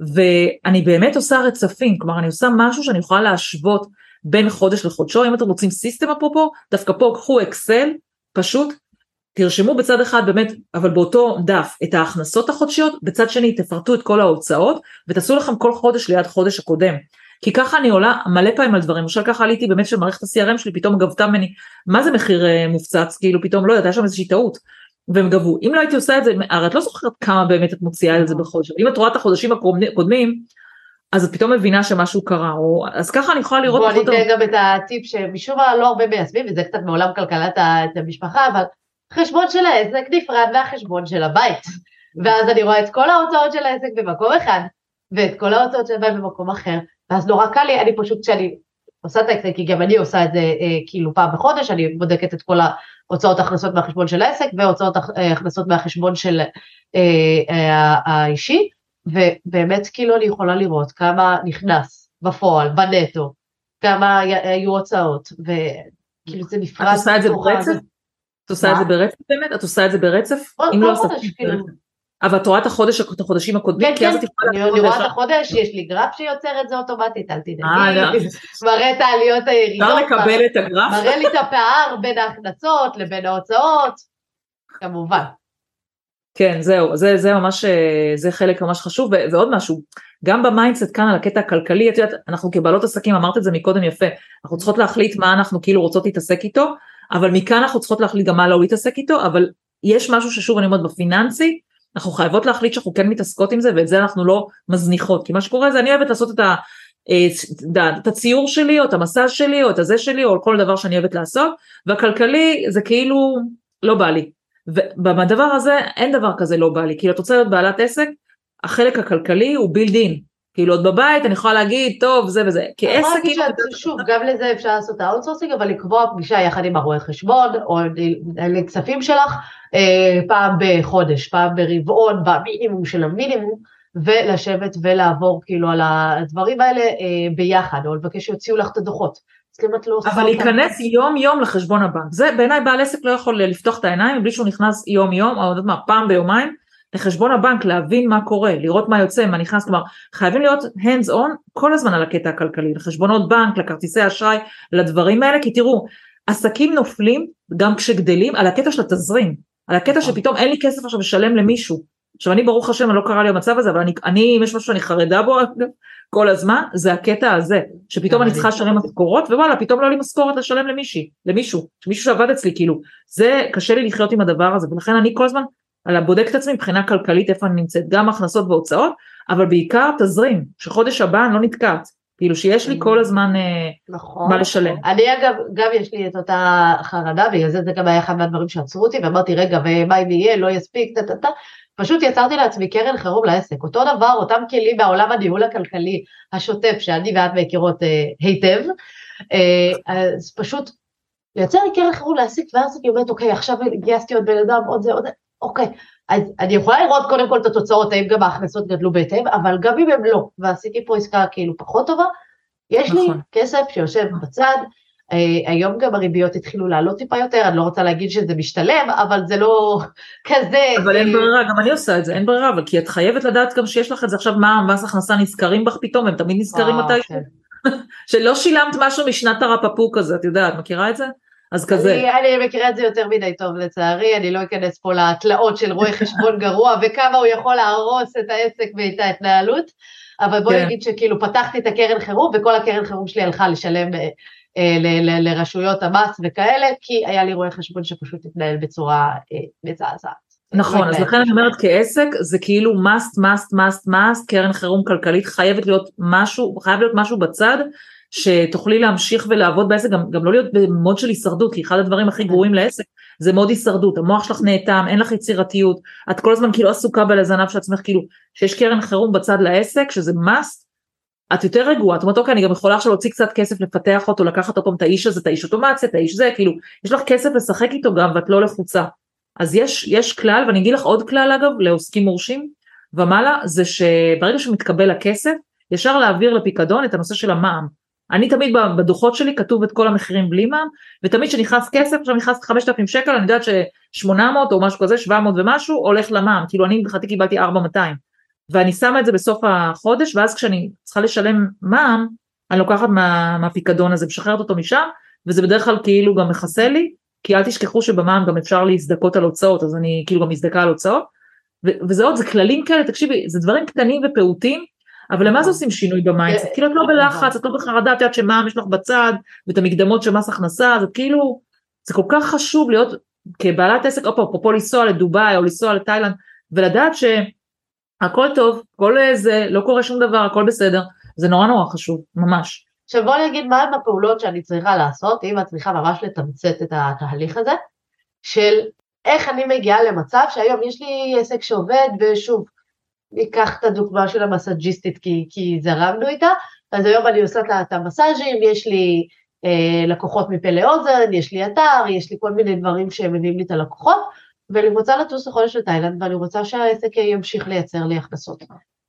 ואני באמת עושה רצפים, כלומר, אני עושה משהו שאני יכולה להשוות בין חודש לחודשו, אם אתם רוצים סיסטם אפרופו, דווקא פה קחו אקסל, פשוט, תרשמו בצד אחד באמת, אבל באותו דף, את ההכנסות החודשיות, בצד שני תפרטו את כל ההוצאות, ותעשו לכם כל חודש ליד חודש הקודם, כי ככה אני עולה מלא פעמים על דברים, למשל ככה עליתי באמת שמערכת ה-סי אר אם שלי פתאום גבתה ממני, מה זה מחיר מופצץ, כאילו פתאום לא יודעת, היה שם איזושהי טעות, והם גבו, אם לא הייתי עושה את זה, הרי את לא זוכרת כמה באמת את מוציאה את זה בחודש, אם את רואה את החודשים הקודמים, אז את פתאום מבינה שמשהו קרה, או, אז ככה אני יכולה לראות... בוא אני אתן גם את הטיפ שמשום מה לא הרבה מיישמים, וזה קצת מעולם כלכלת המשפחה, אבל חשבון של העסק נפרד מהחשבון של הבית, ואז אני רואה את כל ההוצאות של העסק במקום אחד, ואת כל ההוצאות של הבית במקום אחר, ואז נורא קל לי, אני פשוט כשאני עושה את העסק, כי גם אני עושה את זה אה, כאילו פעם בחודש, אני בודקת את כל ההוצאות הכנסות מהחשבון של העסק, והוצאות הכנסות מהחשבון של אה, אה, האישי, ובאמת כאילו אני יכולה לראות כמה נכנס בפועל, בנטו, כמה היו הוצאות, וכאילו זה נפרד. את עושה את זה ברצף? את עושה את זה ברצף באמת? את עושה את זה ברצף? אם לא עושה אבל את רואה את החודש, את החודשים הקודמים? כן, כן, אני רואה את החודש, יש לי גרף שיוצר את זה אוטומטית, אל תדעי, מראה את העליות הירידות, אפשר לקבל את הגרף? מראה לי את הפער בין ההכנסות לבין ההוצאות, כמובן. כן, זהו, זה, זה ממש, זה חלק ממש חשוב, ועוד משהו, גם במיינדסט כאן על הקטע הכלכלי, את יודעת, אנחנו כבעלות עסקים, אמרת את זה מקודם יפה, אנחנו צריכות להחליט מה אנחנו כאילו רוצות להתעסק איתו, אבל מכאן אנחנו צריכות להחליט גם מה לא להתעסק איתו, אבל יש משהו ששוב אני אומרת בפיננסי, אנחנו חייבות להחליט שאנחנו כן מתעסקות עם זה, ואת זה אנחנו לא מזניחות, כי מה שקורה זה אני אוהבת לעשות את, ה, את הציור שלי, או את המסע שלי, או את הזה שלי, או כל דבר שאני אוהבת לעשות, והכלכלי זה כאילו לא בא לי, ובדבר הזה אין דבר כזה לא בא לי, כי את רוצה להיות בעלת עסק, החלק הכלכלי הוא בילד אין, כאילו עוד בבית אני יכולה להגיד טוב זה וזה, כעסק כאילו... שוב, גם לזה אפשר לעשות האוטסורסינג, אבל לקבוע פגישה יחד עם הרואה חשבון, או לכספים שלך, פעם בחודש, פעם ברבעון, במינימום של המינימום, ולשבת ולעבור כאילו על הדברים האלה ביחד, או לבקש שיוציאו לך את הדוחות. אבל להיכנס יום יום לחשבון הבנק, זה בעיניי בעל עסק לא יכול לפתוח את העיניים, בלי שהוא נכנס יום יום, או יודעת מה, פעם ביומיים, לחשבון הבנק, להבין מה קורה, לראות מה יוצא, מה נכנס, כלומר, חייבים להיות hands on כל הזמן על הקטע הכלכלי, לחשבונות בנק, לכרטיסי אשראי, לדברים האלה, כי תראו, עסקים נופלים, גם כשגדלים, על הקטע של התזרים, על הקטע שפתאום אין לי כסף עכשיו לשלם למישהו, עכשיו אני ברוך השם, לא קרה לי המצב הזה, אבל אני, אני אם יש משהו שאני חרדה בו כל הזמן, זה הקטע הזה, שפתאום אני צריכה לשלם משכורות, ווואלה, פתאום לא לי משכורת לשלם למישהי, למישהו, מישהו שעבד אצלי, כאילו, זה קשה לי לחיות עם הדבר הזה, ולכן אני כל הזמן, על בודק את עצמי מבחינה כלכלית, איפה אני נמצאת, גם הכנסות והוצאות, אבל בעיקר תזרים, שחודש הבא אני לא נתקעת, כאילו שיש לי כל הזמן נכון. מה לשלם. אני אגב, גם יש לי את אותה חרדה, בגלל זה זה גם היה אחד מהדברים שעצרו אותי, ואמרתי, רגע, ומה אם יהיה, לא יספיק, תתתה, פשוט יצרתי לעצמי קרן חירום לעסק, אותו דבר, אותם כלים בעולם הניהול הכלכלי השוטף, שאני ואת מכירות אה, היטב, אה, אז פשוט לייצר לי קרן חירום לעסק, ואז אני אומרת, אוקיי, עכשיו גייסתי עוד בן אדם, עוד זה, עוד זה, אוקיי, אז אני יכולה לראות קודם כל את התוצאות, האם גם ההכנסות גדלו בהתאם, אבל גם אם הם לא, ועשיתי פה עסקה כאילו פחות טובה, יש לי כסף שיושב בצד, היום גם הריביות התחילו לעלות טיפה יותר, אני לא רוצה להגיד שזה משתלם, אבל זה לא כזה. אבל אין ברירה, גם אני עושה את זה, אין ברירה, אבל כי את חייבת לדעת גם שיש לך את זה עכשיו, מה מס הכנסה נזכרים בך פתאום, הם תמיד נזכרים מתי, שלא שילמת משהו משנת הרפפוק הזה, את יודעת, מכירה את זה? אז כזה. אני, אני מכירה את זה יותר מדי טוב לצערי, אני לא אכנס פה לתלאות של רואה חשבון גרוע, וכמה הוא יכול להרוס את העסק ואת ההתנהלות, אבל בואי נגיד שכאילו פתחתי את הקרן חירום, וכל הקרן חירום שלי הלכה לשלם ל- ל- לרשויות המס וכאלה, כי היה לי רואה חשבון שפשוט התנהל בצורה מזעזעת. נכון, אז לכן אני אומרת כעסק, זה כאילו must, must, must, must, קרן חירום כלכלית, חייבת להיות משהו, חייב להיות משהו בצד, שתוכלי להמשיך ולעבוד בעסק, גם, גם לא להיות במוד של הישרדות, כי אחד הדברים הכי גרועים לעסק, זה מוד הישרדות, המוח שלך נאטם, אין לך יצירתיות, את כל הזמן כאילו עסוקה בלזנב של עצמך, כאילו, שיש קרן חירום בצד לעסק, שזה must, את יותר רגועה, את אומרת, אוקיי, אני גם יכולה עכשיו להוציא קצת כסף, לפתח אותו, לקחת אותו את האיש הזה, את האיש אוטומציה, את האיש זה, כאילו, יש לך כסף לשחק איתו גם, ואת לא לחוצה. אז יש, יש כלל, ואני אגיד לך עוד כלל אגב, לעוסקים מורשים, ומעלה, זה שברגע שמתקבל הכסף, ישר להעביר לפיקדון את הנושא של המע"מ. אני תמיד בדוחות שלי כתוב את כל המחירים בלי מע"מ, ותמיד שנכנס כסף, עכשיו נכנס חמשת אלפים שקל, אני יודעת ש-שמונה מאות או משהו כזה, שבע מאות ומשהו, הולך למע"מ, כאילו אני בחרתי קיבלתי ארבע אלף ומאתיים, ואני שמה את זה בסוף החודש, ואז כשאני צריכה לשלם מע"מ, אני לוקחת מה, מהפיקדון הזה, משחררת אותו משם, וזה בדרך כלל כאילו גם מכסה לי, כי אל תשכחו שבמע"מ גם אפשר להזדקות על הוצאות, אז אני כאילו גם מזדקה על הוצאות, ו- וזה עוד, זה כללים כאלה, תקשיבי, זה דברים קטנים ופעוטים, אבל למה זה עושים שינוי במיינדסט? כאילו את לא בלחץ, את לא בחרדה, את יודעת שמע"מ יש לך בצד, ואת המקדמות של מס הכנסה, זה כאילו, זה כל כך חשוב להיות כבעלת עסק, או פה, פה לנסוע לדובאי, או לנסוע לתאילנד, ולדעת שהכל טוב, כל זה, לא קורה שום דבר, הכל בסדר, זה נורא נורא חשוב, ממש. עכשיו בוא נגיד מה הם הפעולות שאני צריכה לעשות, אם את צריכה ממש לתמצת את התהליך הזה, של איך אני מגיעה למצב שהיום יש לי עסק שעובד, ושוב, ניקח את הדוגמה של המסאג'יסטית, כי, כי זרמנו איתה, אז היום אני עושה את המסאז'ים, יש לי אה, לקוחות מפה לאוזן, יש לי אתר, יש לי כל מיני דברים שמביאים לי את הלקוחות, ואני רוצה לטוס לחודש לתאילנד, ואני רוצה שהעסק ימשיך לייצר לי הכנסות.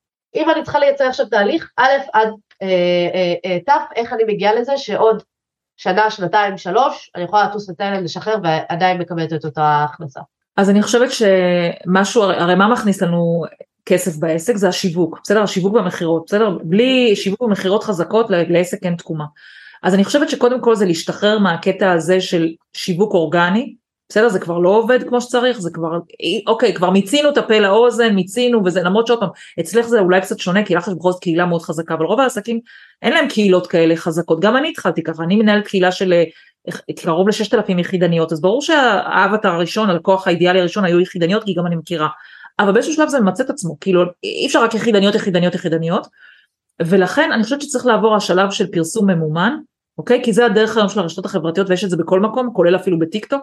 אם אני צריכה לייצר עכשיו תהליך, א' עד אה, אה, אה, ת', איך אני מגיעה לזה שעוד שנה, שנתיים, שלוש, אני יכולה לטוס לתאילנד לשחרר, ועדיין מקבלת את אותה הכנסה. אז אני חושבת שמשהו, הרי מה מכניס לנו כסף בעסק? זה השיווק, בסדר? השיווק והמחירות, בסדר? בלי שיווק ומחירות חזקות, לעסק אין תקומה. אז אני חושבת שקודם כל זה להשתחרר מהקטע הזה של שיווק אורגני, בסדר? זה כבר לא עובד כמו שצריך, זה כבר, אוקיי, כבר מיצינו את הפה לאוזן, מיצינו, וזה למרות שעוד פעם, אצלך זה אולי קצת שונה, כי לך יש בכל זאת קהילה מאוד חזקה, אבל רוב העסקים, אין להם קהילות כאלה חזקות, גם אני התחלתי ככה, אני מנהלת קהילה של קרוב ל-ששת אלפים יחידניות, אז ברור שהאבטר הראשון, הלקוח האידיאלי הראשון היו יחידניות, כי גם אני מכירה, אבל באיזשהו שלב זה ממצא את עצמו, כאילו אי אפשר רק יחידניות, יחידניות, יחידניות, ולכן אני חושבת שצריך לעבור השלב של פרסום ממומן, אוקיי? כי זה הדרך היום של הרשתות החברתיות, ויש את זה בכל מקום, כולל אפילו בטיק-טוק,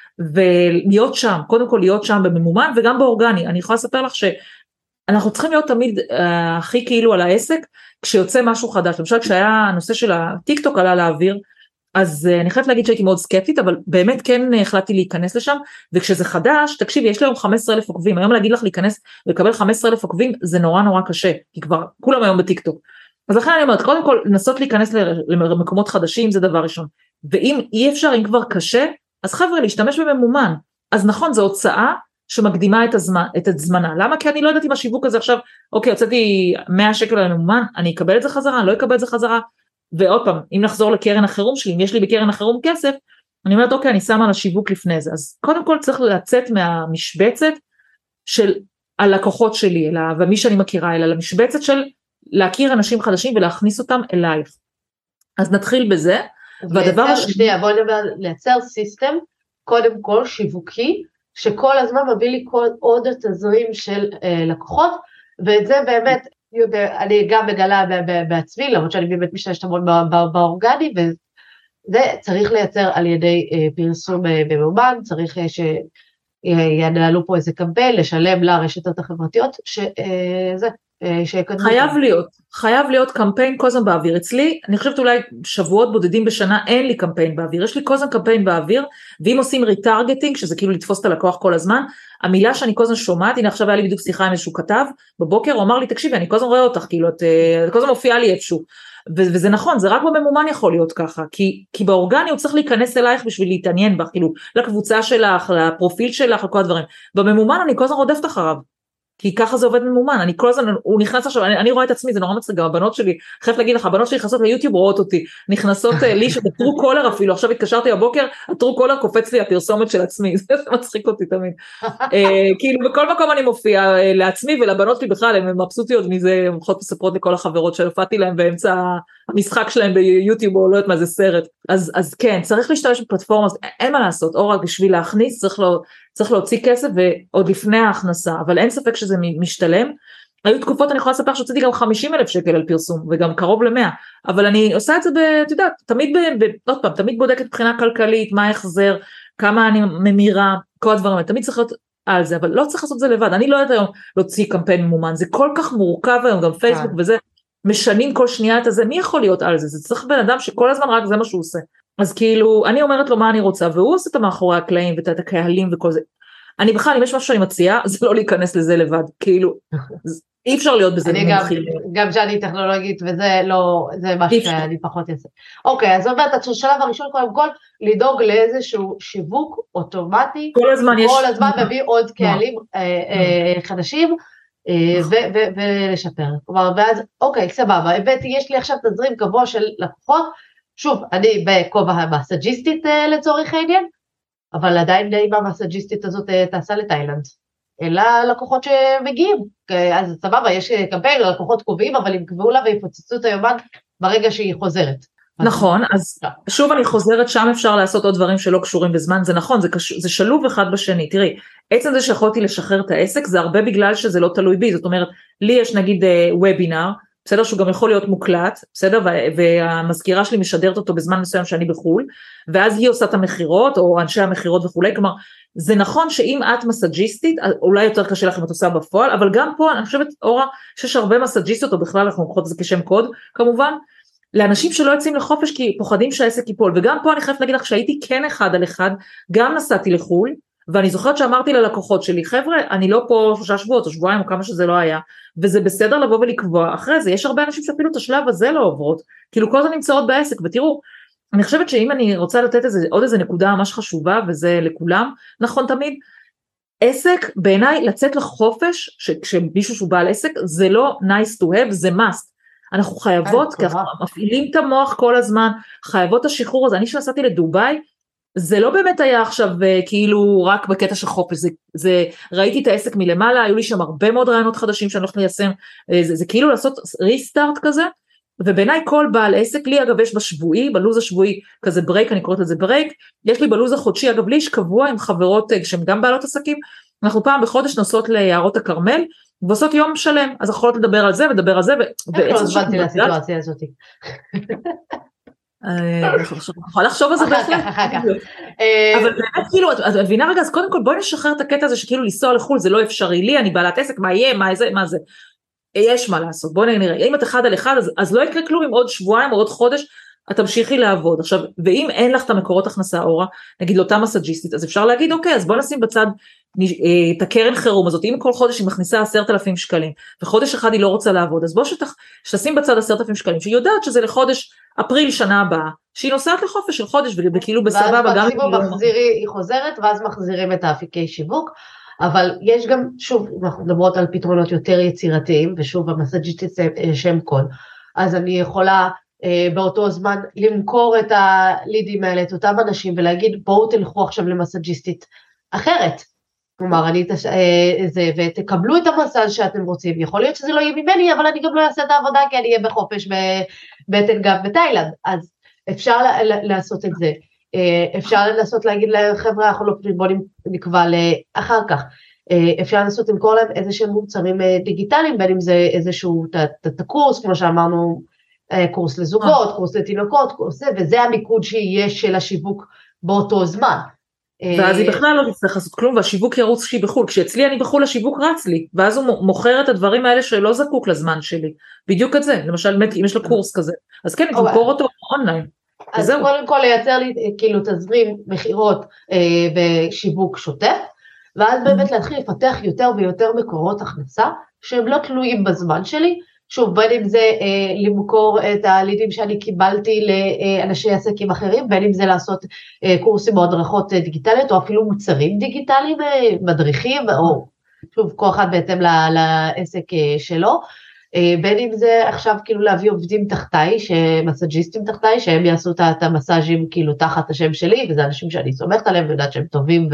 ולהיות שם, קודם כל להיות שם בממומן, וגם באורגני. אני יכולה לספר לך שאנחנו צריכים להיות תמיד אה, הכי כאילו על העסק, כשיוצא משהו חדש, למשל כשהיה הנושא של הטיק-טוק עלה לאוויר, אז אני חייבת להגיד שהייתי מאוד סקפטית, אבל באמת כן החלטתי להיכנס לשם, וכשזה חדש, תקשיבי, יש לי היום חמישה עשר אלף עוקבים, היום להגיד לך להיכנס ולקבל חמישה עשר אלף עוקבים, זה נורא נורא קשה, כי כבר כולם היום בטיקטוק. אז לכן אני אומרת, קודם כל, לנסות להיכנס למקומות חדשים, זה דבר ראשון. ואם אי אפשר, אם כבר קשה, אז חבר'ה, להשתמש בממומן. אז נכון, זו הוצאה שמקדימה את הזמן, את הזמנה. למה? כי אני לא יודעת אם השיווק הזה עכשיו, אוקיי, הוצאתי מאה שקל לממומן, אני אקבל את זה חזרה, אני לא אקבל את זה חזרה. ועוד פעם, אם נחזור לקרן החירום שלי, אם יש לי בקרן החירום כסף, אני אומרת, אוקיי, אני שמה על השיווק לפני זה. אז קודם כל צריך לצאת מהמשבצת של הלקוחות שלי, אלא, ומי שאני מכירה, אלא למשבצת של להכיר אנשים חדשים ולהכניס אותם אלייך. אז נתחיל בזה, והדבר השני... שנייה, בואי נדבר, לייצר סיסטם, קודם כל שיווקי, שכל הזמן מביא לי כל עוד תזרים של אה, לקוחות, ואת זה באמת, אני גם מגלה בעצמי, למרות שאני באמת משתמשת המון באורגני, וזה צריך לייצר על ידי אה, פרסום אה, ממומן, צריך אה, שינהלו פה איזה קמפיין, לשלם לרשתות החברתיות, שזה, חייב להיות, חייב להיות קמפיין כל הזמן באוויר. אצלי, אני חושבת אולי שבועות בודדים בשנה, אין לי קמפיין באוויר, יש לי כל הזמן קמפיין באוויר, ואם עושים ריטרגטינג, שזה כאילו לתפוס את הלקוח כל הזמן, המילה שאני כל הזמן שומעת, הנה עכשיו היה לי בדיוק שיחה עם איזשהו כתב, בבוקר הוא אמר לי, תקשיבי, אני כל הזמן רואה אותך, כאילו, את, את כל הזמן מופיעה לי איפשהו, ו- וזה נכון, זה רק בממומן יכול להיות ככה, כי, כי באורגני הוא צריך להיכנס אלייך בשביל להתעניין בך, כאילו, לקבוצה שלך, לפרופיל שלך, לכל הדברים, בממומן אני כל הזמן רודפת אחריו, כי ככה זה עובד ממומן, אני כל הזמן, הוא נכנס עכשיו, אני, אני רואה את עצמי, זה נורא מצחיק, גם הבנות שלי, חייבת להגיד לך, הבנות שלי נכנסות ליוטיוב רואות אותי, נכנסות לי שאת הטרו קולר אפילו, עכשיו התקשרתי הבוקר, הטרו קולר קופץ לי הפרסומת של עצמי, זה מצחיק אותי תמיד, כאילו בכל מקום אני מופיע לעצמי ולבנות שלי בכלל, הן מבסוטיות מזה, הן הולכות מספרות לכל החברות שהופעתי להן באמצע המשחק שלהם ביוטיוב או לא יודעת מה זה סרט, אז, אז כן, צריך להשתמש בפלטפורמה, אין מה לעשות, או רק בשביל להכניס, צריך לא, צריך להוציא כסף ועוד לפני ההכנסה, אבל אין ספק שזה משתלם. היו תקופות, אני יכולה לספר שהוצאתי גם חמישים אלף שקל על פרסום, וגם קרוב למאה, אבל אני עושה את זה, את יודעת, תמיד, עוד פעם, תמיד בודקת מבחינה כלכלית, מה ההחזר, כמה אני ממירה, כל הדברים, תמיד צריך להיות על זה, אבל לא צריך לעשות זה לבד, אני לא יודעת היום להוציא קמפיין ממומן, זה כל כך מורכב היום, גם פייסבוק וזה, משנים כל שנייה את הזה, מי יכול להיות על זה? זה צריך בן אדם שכל הזמן רק זה מה שהוא עושה. אז כאילו, אני אומרת לו מה אני רוצה, והוא עושה את המאחורי הקלעים, ואת הקהלים וכל זה. אני בכלל, אם יש משהו שאני מציעה, זה לא להיכנס לזה לבד, כאילו, אי אפשר להיות בזה מומחים. גם שאני טכנולוגית, וזה לא, זה מה שאני פחות אעשה. אוקיי, אז אומרת, השלב הראשון, קודם כל, לדאוג לאיזשהו שיווק אוטומטי, כל הזמן יש... כל הזמן מביא עוד קהלים חדשים, ולשפר. כלומר, ואז, אוקיי, סבבה, הבאתי, יש לי עכשיו תזרים קבוע של לקוחות, שוב, אני בכובע המסאג'יסטית לצורך העניין, אבל עדיין אם המסאג'יסטית הזאת תעשה לתאילנד, אלא לקוחות שמגיעים, אז סבבה, יש קמפיין, לקוחות קובעים, אבל הם קבעו לה ויפוצצו את היומן ברגע שהיא חוזרת. נכון, אז שוב אני חוזרת, שם אפשר לעשות עוד דברים שלא קשורים בזמן, זה נכון, זה, קשור, זה שלוב אחד בשני, תראי, עצם זה שיכולתי לשחרר את העסק, זה הרבה בגלל שזה לא תלוי בי, זאת אומרת, לי יש נגיד וובינר, בסדר, שהוא גם יכול להיות מוקלט, בסדר, והמזכירה שלי משדרת אותו בזמן מסוים שאני בחול, ואז היא עושה את המחירות, או אנשי המחירות וכולי, כלומר, זה נכון שאם את מסאג'יסטית, אולי יותר קשה לך אם את עושה בפועל, אבל גם פה, אני חושבת, אורה, שיש הרבה מסאג'יסטות, או בכלל אנחנו מוכרות את זה כשם קוד, כמובן, לאנשים שלא יוצאים לחופש, כי פוחדים שהעסק ייפול, וגם פה אני חייבת להגיד לך, שהייתי כן אחד על אחד, גם נסעתי לחול, ואני זוכרת שאמרתי ללקוחות שלי, חבר'ה, אני לא פה שלושה שבועות או שבועיים או כמה שזה לא היה, וזה בסדר לבוא ולקבוע, אחרי זה יש הרבה אנשים שאפילו את השלב הזה לא עוברות, כאילו כל זה נמצאות בעסק, ותראו, אני חושבת שאם אני רוצה לתת איזה, עוד איזה נקודה ממש חשובה, וזה לכולם, נכון תמיד, עסק בעיניי לצאת לחופש, כשמישהו שהוא בעל עסק, זה לא nice to have, זה must, אנחנו חייבות, כי אנחנו מפעילים את המוח כל הזמן, חייבות את השחרור הזה, אני שנסעתי לדוביי, זה לא באמת היה עכשיו כאילו רק בקטע של חופש, זה, זה, ראיתי את העסק מלמעלה, היו לי שם הרבה מאוד רעיונות חדשים שאני הולכת ליישם, זה, זה כאילו לעשות ריסטארט כזה, ובעיניי כל בעל עסק, לי אגב יש בשבועי, בלוז השבועי כזה ברייק, אני קוראת לזה ברייק, יש לי בלוז החודשי, אגב לי יש קבוע עם חברות שהן גם בעלות עסקים, אנחנו פעם בחודש נוסעות ליערות הכרמל, ועושות יום שלם, אז יכולות לדבר על זה ולדבר על זה, איך לא זבנתי לסיטואציה הזאת? אני יכולה לחשוב על זה בהחלט, אבל באמת כאילו, את מבינה רגע, אז קודם כל בואי נשחרר את הקטע הזה שכאילו לנסוע לחול, זה לא אפשרי לי, אני בעלת עסק, מה יהיה, מה זה, מה זה, יש מה לעשות, בואי נראה, אם את אחד על אחד, אז לא יקרה כלום, אם עוד שבועיים או עוד חודש, את תמשיכי לעבוד, עכשיו, ואם אין לך את המקורות הכנסה אורה, נגיד לאותה מסאג'יסטית, אז אפשר להגיד, אוקיי, אז בוא נשים בצד את הקרן חירום הזאת, אם כל חודש היא מכניסה עשרת אלפים שקלים, וחודש אחד היא לא רוצה לעבוד, אז בוא שתשים בצד עשרת אלפים שקלים, שהיא יודעת שזה לחודש אפריל שנה הבאה, שהיא נוסעת לחופש של חודש, וכאילו בסבבה, ואז מקסימום מחזירי, היא חוזרת, ואז מחזירים את האפיקי שיווק, אבל יש גם, שוב, אנחנו מדברות על פתרונות יותר יצירתיים, ושוב, המסאג'יסטית שם קוד, אז אני יכולה באותו זמן למכור את הלידים האלה, את אותם אנשים, ולהגיד בואו תלכו עכשיו למסאג'יסטית אחרת, כלומר, אני, זה, ותקבלו את המסאז' שאתם רוצים, יכול להיות שזה לא יהיה ממני, אבל אני גם לא אעשה את העבודה, כי אני אהיה בחופש בבטן גב בתאילנד, אז אפשר לעשות את זה, אפשר לנסות להגיד לחבר'ה, אנחנו לא בוא נקבע לאחר כך, אפשר לנסות למכור להם איזה שהם מוצרים דיגיטליים, בין אם זה איזשהו את הקורס, כמו שאמרנו, קורס לזוגות, קורס לתינוקות, קורס זה, וזה המיקוד שיהיה של השיווק באותו זמן. ואז היא בכלל לא תצטרך לעשות כלום, והשיווק ירוץ שהיא בחול, כשאצלי אני בחול השיווק רץ לי, ואז הוא מוכר את הדברים האלה שלא זקוק לזמן שלי, בדיוק את זה, למשל אם יש לה קורס כזה, אז כן, היא תמכור אותו אונליין. אז קודם כל לייצר לי כאילו תזרים מחירות בשיווק שוטף, ואז באמת להתחיל לפתח יותר ויותר מקורות הכנסה, שהם לא תלויים בזמן שלי, שוב, בין אם זה אה, למכור את הלידים שאני קיבלתי לאנשי עסקים אחרים, בין אם זה לעשות אה, קורסים או הדרכות אה, דיגיטליות, או אפילו מוצרים דיגיטליים, אה, מדריכים, או שוב, כל אחד בהתאם לעסק אה, שלו, אה, בין אם זה עכשיו כאילו להביא עובדים תחתיי, מסאג'יסטים תחתיי, שהם יעשו את המסאז'ים כאילו תחת השם שלי, וזה אנשים שאני סומכת עליהם, ויודעת שהם טובים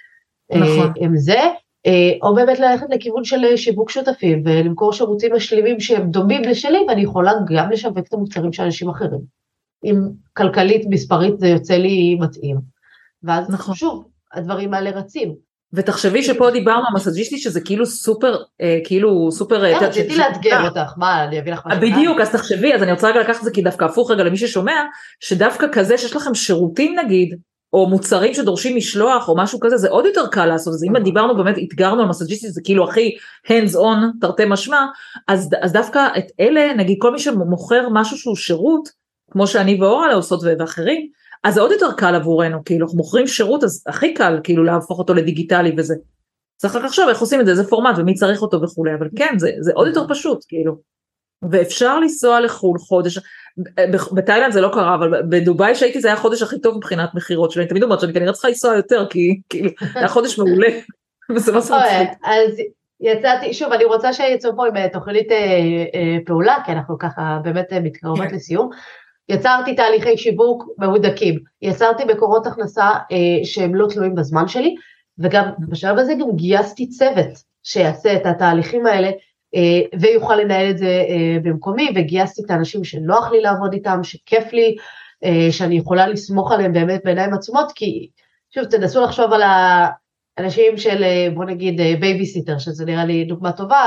והם זה, או באמת ללכת לכיוון של שיווק שותפים, ולמכור שירותים משלימים שהם דומים לשלי, ואני יכולה גם לשווק את המוצרים של אנשים אחרים. אם כלכלית, מספרית, זה יוצא לי מתאים. ואז נכון. שוב, הדברים האלה רצים. ותחשבי שפה דיברנו המסאג'יסטית, שזה כאילו סופר, כאילו סופר... כן, רציתי לאתגר אותך, מה, אני אביא לך משהו? בדיוק, אז תחשבי, אז אני רוצה רגע לקחת את זה, כי דווקא הפוך רגע למי ששומע, שדווקא כזה שיש לכם שירותים נגיד, או מוצרים שדורשים משלוח, או משהו כזה, זה עוד יותר קל לעשות, אז אם דיברנו באמת, התגרנו על מסאג'יסטית, זה כאילו הכי hands on, תרתי משמע, אז, אז דווקא את אלה, נגיד כל מי שמוכר משהו שהוא שירות, כמו שאני ואורה עושות ואחרים, אז זה עוד יותר קל עבורנו, כאילו, אנחנו מוכרים שירות, אז הכי קל, כאילו, להפוך אותו לדיגיטלי וזה. צריך רק לחשוב איך עושים את זה, איזה פורמט, ומי צריך אותו וכולי, אבל כן, זה, זה עוד יותר פשוט, כאילו. ואפשר לנסוע לחול חודש, בתאילנד זה לא קרה, אבל בדוביי שהייתי זה היה החודש הכי טוב מבחינת מחירות שלי, אני תמיד אומרת שאני כנראה צריכה לנסוע יותר, כי כאילו, היה חודש מעולה, וזה מה שמצליק. אז יצאתי, שוב, אני רוצה שיצאו פה עם תוכנית פעולה, כי אנחנו ככה באמת מתקרבות לסיום, יצרתי תהליכי שיווק מהודקים, יצרתי מקורות הכנסה שהם לא תלויים בזמן שלי, וגם בשלב הזה גם גייסתי צוות שיעשה את התהליכים האלה, ויוכל לנהל את זה במקומי, וגייסתי את האנשים שנוח לי לעבוד איתם, שכיף לי, שאני יכולה לסמוך עליהם באמת בעיניים עצומות, כי שוב, תנסו לחשוב על האנשים של, בוא נגיד, בייביסיטר, שזה נראה לי דוגמה טובה,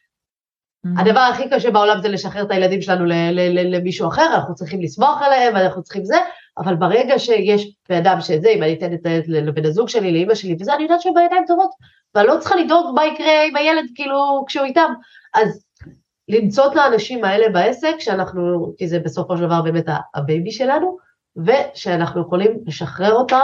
הדבר הכי קשה בעולם זה לשחרר את הילדים שלנו למישהו אחר, אנחנו צריכים לסמוך עליהם, אנחנו צריכים זה, אבל ברגע שיש באדם שזה, אם אני אתן את זה לבן הזוג שלי, לאמא שלי, וזה אני יודעת שהם בידיים טובות, ואני לא צריכה לדאוג מה יקרה עם הילד, כאילו, כשהוא איתם, אז למצוא את האנשים האלה בעסק, שאנחנו, כי זה בסופו של דבר באמת הבייבי שלנו, ושאנחנו יכולים לשחרר אותם,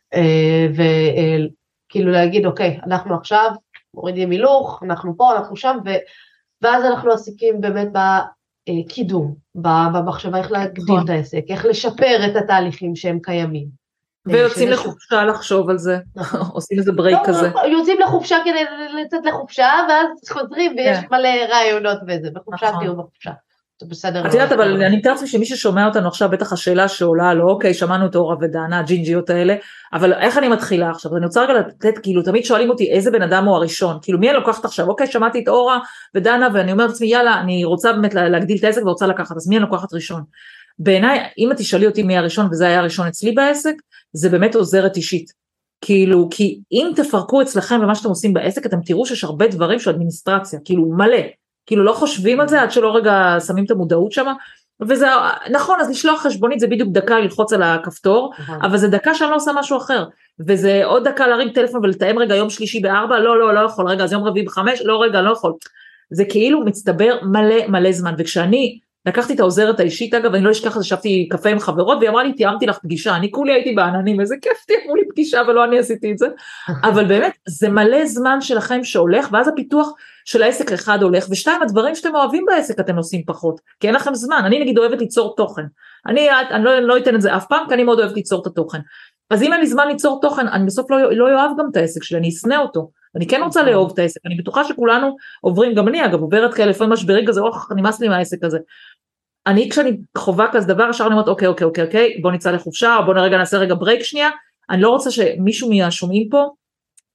וכאילו להגיד, אוקיי, אנחנו עכשיו מורידים מילוך, אנחנו פה, אנחנו שם, ו... ואז אנחנו עסקים באמת בקידום, במחשבה איך להגדיל את העסק, איך לשפר את התהליכים שהם קיימים. ויוצאים לחופשה לחשוב על זה, עושים איזה ברייק כזה. יוצאים לחופשה כדי לצאת לחופשה, ואז חוזרים ויש מלא רעיונות וזה, בחופשה תהיו בחופשה. בסדר. את יודעת, אבל אני מתאר לעצמי שמי ששומע אותנו עכשיו, בטח השאלה שעולה לו, אוקיי, שמענו את אורה ודנה, הג'ינג'יות האלה, אבל איך אני מתחילה עכשיו? אני רוצה רגע לתת, כאילו, תמיד שואלים אותי איזה בן אדם הוא הראשון, כאילו, מי אני לוקחת עכשיו? אוקיי, שמעתי את אורה ודנה, ואני אומרת לעצמי, יאללה, אני רוצה באמת להגדיל את העסק ורוצה לקחת, אז מי אני לוקחת ראשון? בעיניי, אם את תשאלי אותי מי הראשון, וזה היה הראשון אצלי בעסק, זה באמת עוזרת אישית. כאילו, כי אם תפרקו אצלכם במה שאתם עושים בעסק, אתם תראו שיש הרבה דברים של אדמיניסטרציה, כאילו, מלא. כאילו לא חושבים על זה עד שלא רגע שמים את המודעות שם, וזה נכון, אז לשלוח חשבונית זה בדיוק דקה ללחוץ על הכפתור, אבל זה דקה שאני לא עושה משהו אחר, וזה עוד דקה להרים טלפון ולתאם רגע יום שלישי בארבע, לא לא לא יכול, רגע אז יום רביעי בחמש, לא רגע לא יכול, זה כאילו מצטבר מלא מלא זמן, וכשאני לקחתי את העוזרת האישית, אגב אני לא אשכח, ישבתי קפה עם חברות, והיא אמרה לי תיאמתי לך פגישה, אני כולי הייתי בעננים, איזה כיף תיאמו לי פגישה, ולא אני עשיתי את זה, אבל באמת זה מלא זמן שלכם שהולך, ואז הפיתוח של העסק אחד הולך, ושתיים הדברים שאתם אוהבים בעסק אתם עושים פחות, כי אין לכם זמן, אני נגיד אוהבת ליצור תוכן, אני, אני לא, לא אתן את זה אף פעם, כי אני מאוד אוהבת ליצור את התוכן, אז אם אין לי זמן ליצור תוכן, אני בסוף לא, לא אוהב גם את העסק שלי, אני אסנה אותו, אני כן רוצה לאהוב את העסק, אני בטוחה שכולנו עוברים, גם אני אגב עוברת כאלה, לפעמים משברי כזה, אוח, נמאס לי מהעסק הזה, אני כשאני חובה כזה דבר, עכשיו אני אומרת אוקיי אוקיי אוקיי אוקיי, בוא נצא לחופשה, או בוא נרגע נעשה רגע ברייק שנייה, אני לא רוצה שמישהו מהשומעים פה,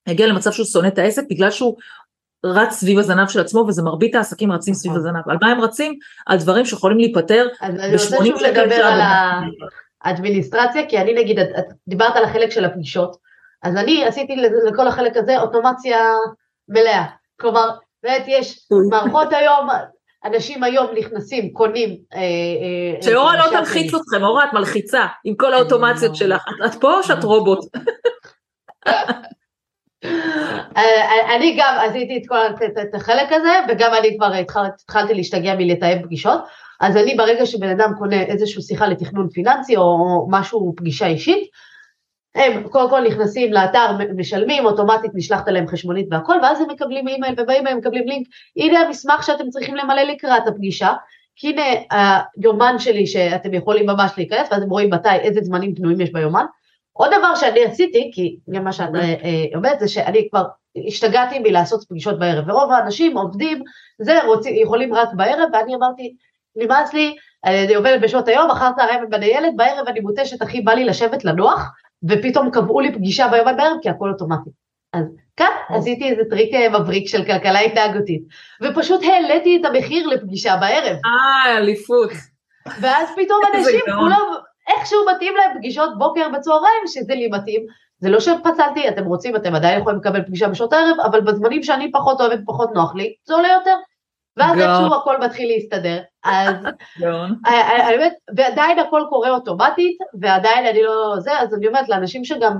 הגיע למצב שהוא שונא את העסק, בגלל שהוא רץ סביב הזנב של עצמו, וזה מרבית העסקים רצים סביב הזנב. על מה הם רצים? על דברים שיכולים להיפטר. אז אני רוצה שוב לדבר על האדמיניסטרציה, כי אני נגיד, את דיברת על החלק של הפגישות, אז אני עשיתי לכל החלק הזה אוטומציה מלאה. כלומר, באמת יש מערכות היום, אנשים היום נכנסים, קונים. שאורה לא תלחיץ אתכם, אורה את מלחיצה, עם כל האוטומציות שלך. את פה או שאת רובוט? אני גם עשיתי את החלק הזה, וגם אני כבר התחלתי להשתגע מלתאם פגישות, אז אני ברגע שבן אדם קונה איזושהי שיחה לתכנון פיננסי, או משהו פגישה אישית, הם קודם כל נכנסים לאתר, משלמים, אוטומטית נשלחת להם חשבונית והכל, ואז הם מקבלים אימייל, ובאים הם מקבלים לינק, הנה המסמך שאתם צריכים למלא לקראת הפגישה, כי הנה היומן שלי שאתם יכולים ממש להיכנס, ואז הם רואים מתי, איזה זמנים פנויים יש ביומן. עוד דבר שאני עשיתי, כי גם מה שאת אומרת, זה שאני כבר השתגעתי מלעשות פגישות בערב, ורוב האנשים עובדים, זה יכולים רק בערב, ואני אמרתי, נמאס לי, אני עובדת בשעות היום, אחר צהריים בני ילד, בערב אני מותשת, הכי בא לי לשבת לנוח, ופתאום קבעו לי פגישה ביום בערב, כי הכל אוטומטי. אז כאן עשיתי איזה טריק מבריק של כלכלה התנהגותית, ופשוט העליתי את המחיר לפגישה בערב. אה, אליפות. ואז פתאום אנשים כולם, איכשהו מתאים להם פגישות בוקר בצהריים, שזה לי מתאים. זה לא שפצלתי, אתם רוצים, אתם עדיין יכולים לקבל פגישה בשעות הערב, אבל בזמנים שאני פחות אוהבת, פחות נוח לי, זה עולה יותר. ואז איכשהו הכל מתחיל להסתדר, אז, האמת, ועדיין הכל קורה אוטומטית, ועדיין אני לא זה, אז אני אומרת לאנשים שגם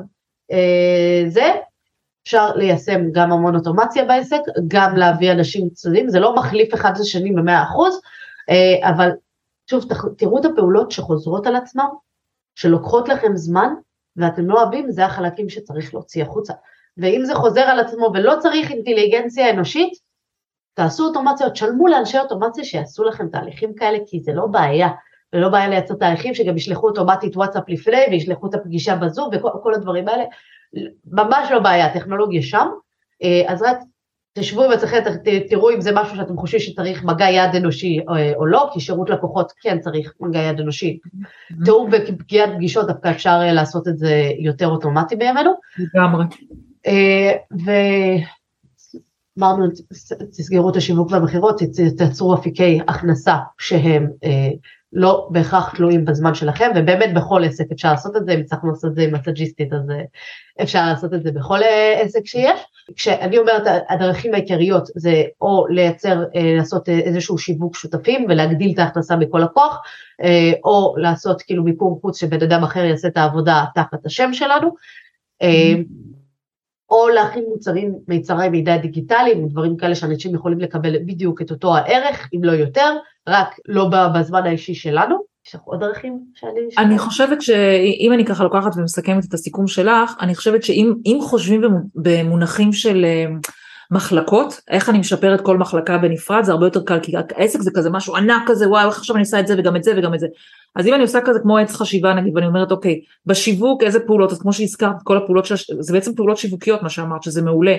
זה, אפשר ליישם גם המון אוטומציה בעסק, גם להביא אנשים צדדים, זה לא מחליף אחד לשני במאה אחוז, אבל שוב, תראו את הפעולות שחוזרות על עצמם, שלוקחות לכם זמן, ואתם לא אוהבים, זה החלקים שצריך להוציא החוצה, ואם זה חוזר על עצמו ולא צריך אינטליגנציה אנושית, תעשו אוטומציות, שלמו לאנשי אוטומציה שיעשו לכם תהליכים כאלה, כי זה לא בעיה, ולא בעיה לייצר תהליכים שגם ישלחו אוטומטית וואטסאפ לפני, וישלחו את הפגישה בזום, וכל הדברים האלה, ממש לא בעיה, הטכנולוגיה שם, אז רק תשבו עם עצמכם, תראו אם זה משהו שאתם חושבים שצריך מגע יד אנושי או לא, כי שירות לקוחות כן צריך מגע יד אנושי, תיאום ופגיעת פגישות, דווקא אפשר לעשות את זה יותר אוטומטי בימינו. לגמרי. ו... אמרנו, תסגרו את השיווק והמחירות, תעצרו אפיקי הכנסה שהם אה, לא בהכרח תלויים בזמן שלכם, ובאמת בכל עסק אפשר לעשות את זה, אם צריך לעשות את זה עם מסאג'יסטית, אז אפשר לעשות את זה בכל עסק שיש. כשאני אומרת, הדרכים העיקריות זה או לייצר, אה, לעשות איזשהו שיווק שותפים, ולהגדיל את ההכנסה מכל לקוח, אה, או לעשות כאילו מיקור חוץ שבן אדם אחר יעשה את העבודה תחת השם שלנו, אה, או להכין מוצרים, מיצרי מידע דיגיטליים, ודברים כאלה שאנשים יכולים לקבל בדיוק את אותו הערך, אם לא יותר, רק לא בזמן האישי שלנו. יש לך עוד דרכים שאני... אני חושבת שאם אני ככה לוקחת ומסכמת את הסיכום שלך, אני חושבת שאם חושבים במונחים של מחלקות, איך אני משפר את כל מחלקה בנפרד, זה הרבה יותר קל, כי העסק זה כזה משהו ענק כזה, וואו, איך עכשיו אני עושה את זה וגם את זה וגם את זה. אז אם אני עושה כזה כמו עץ חשיבה נגיד, ואני אומרת אוקיי, בשיווק איזה פעולות, אז כמו שהזכרת כל הפעולות, זה בעצם פעולות שיווקיות מה שאמרת, שזה מעולה,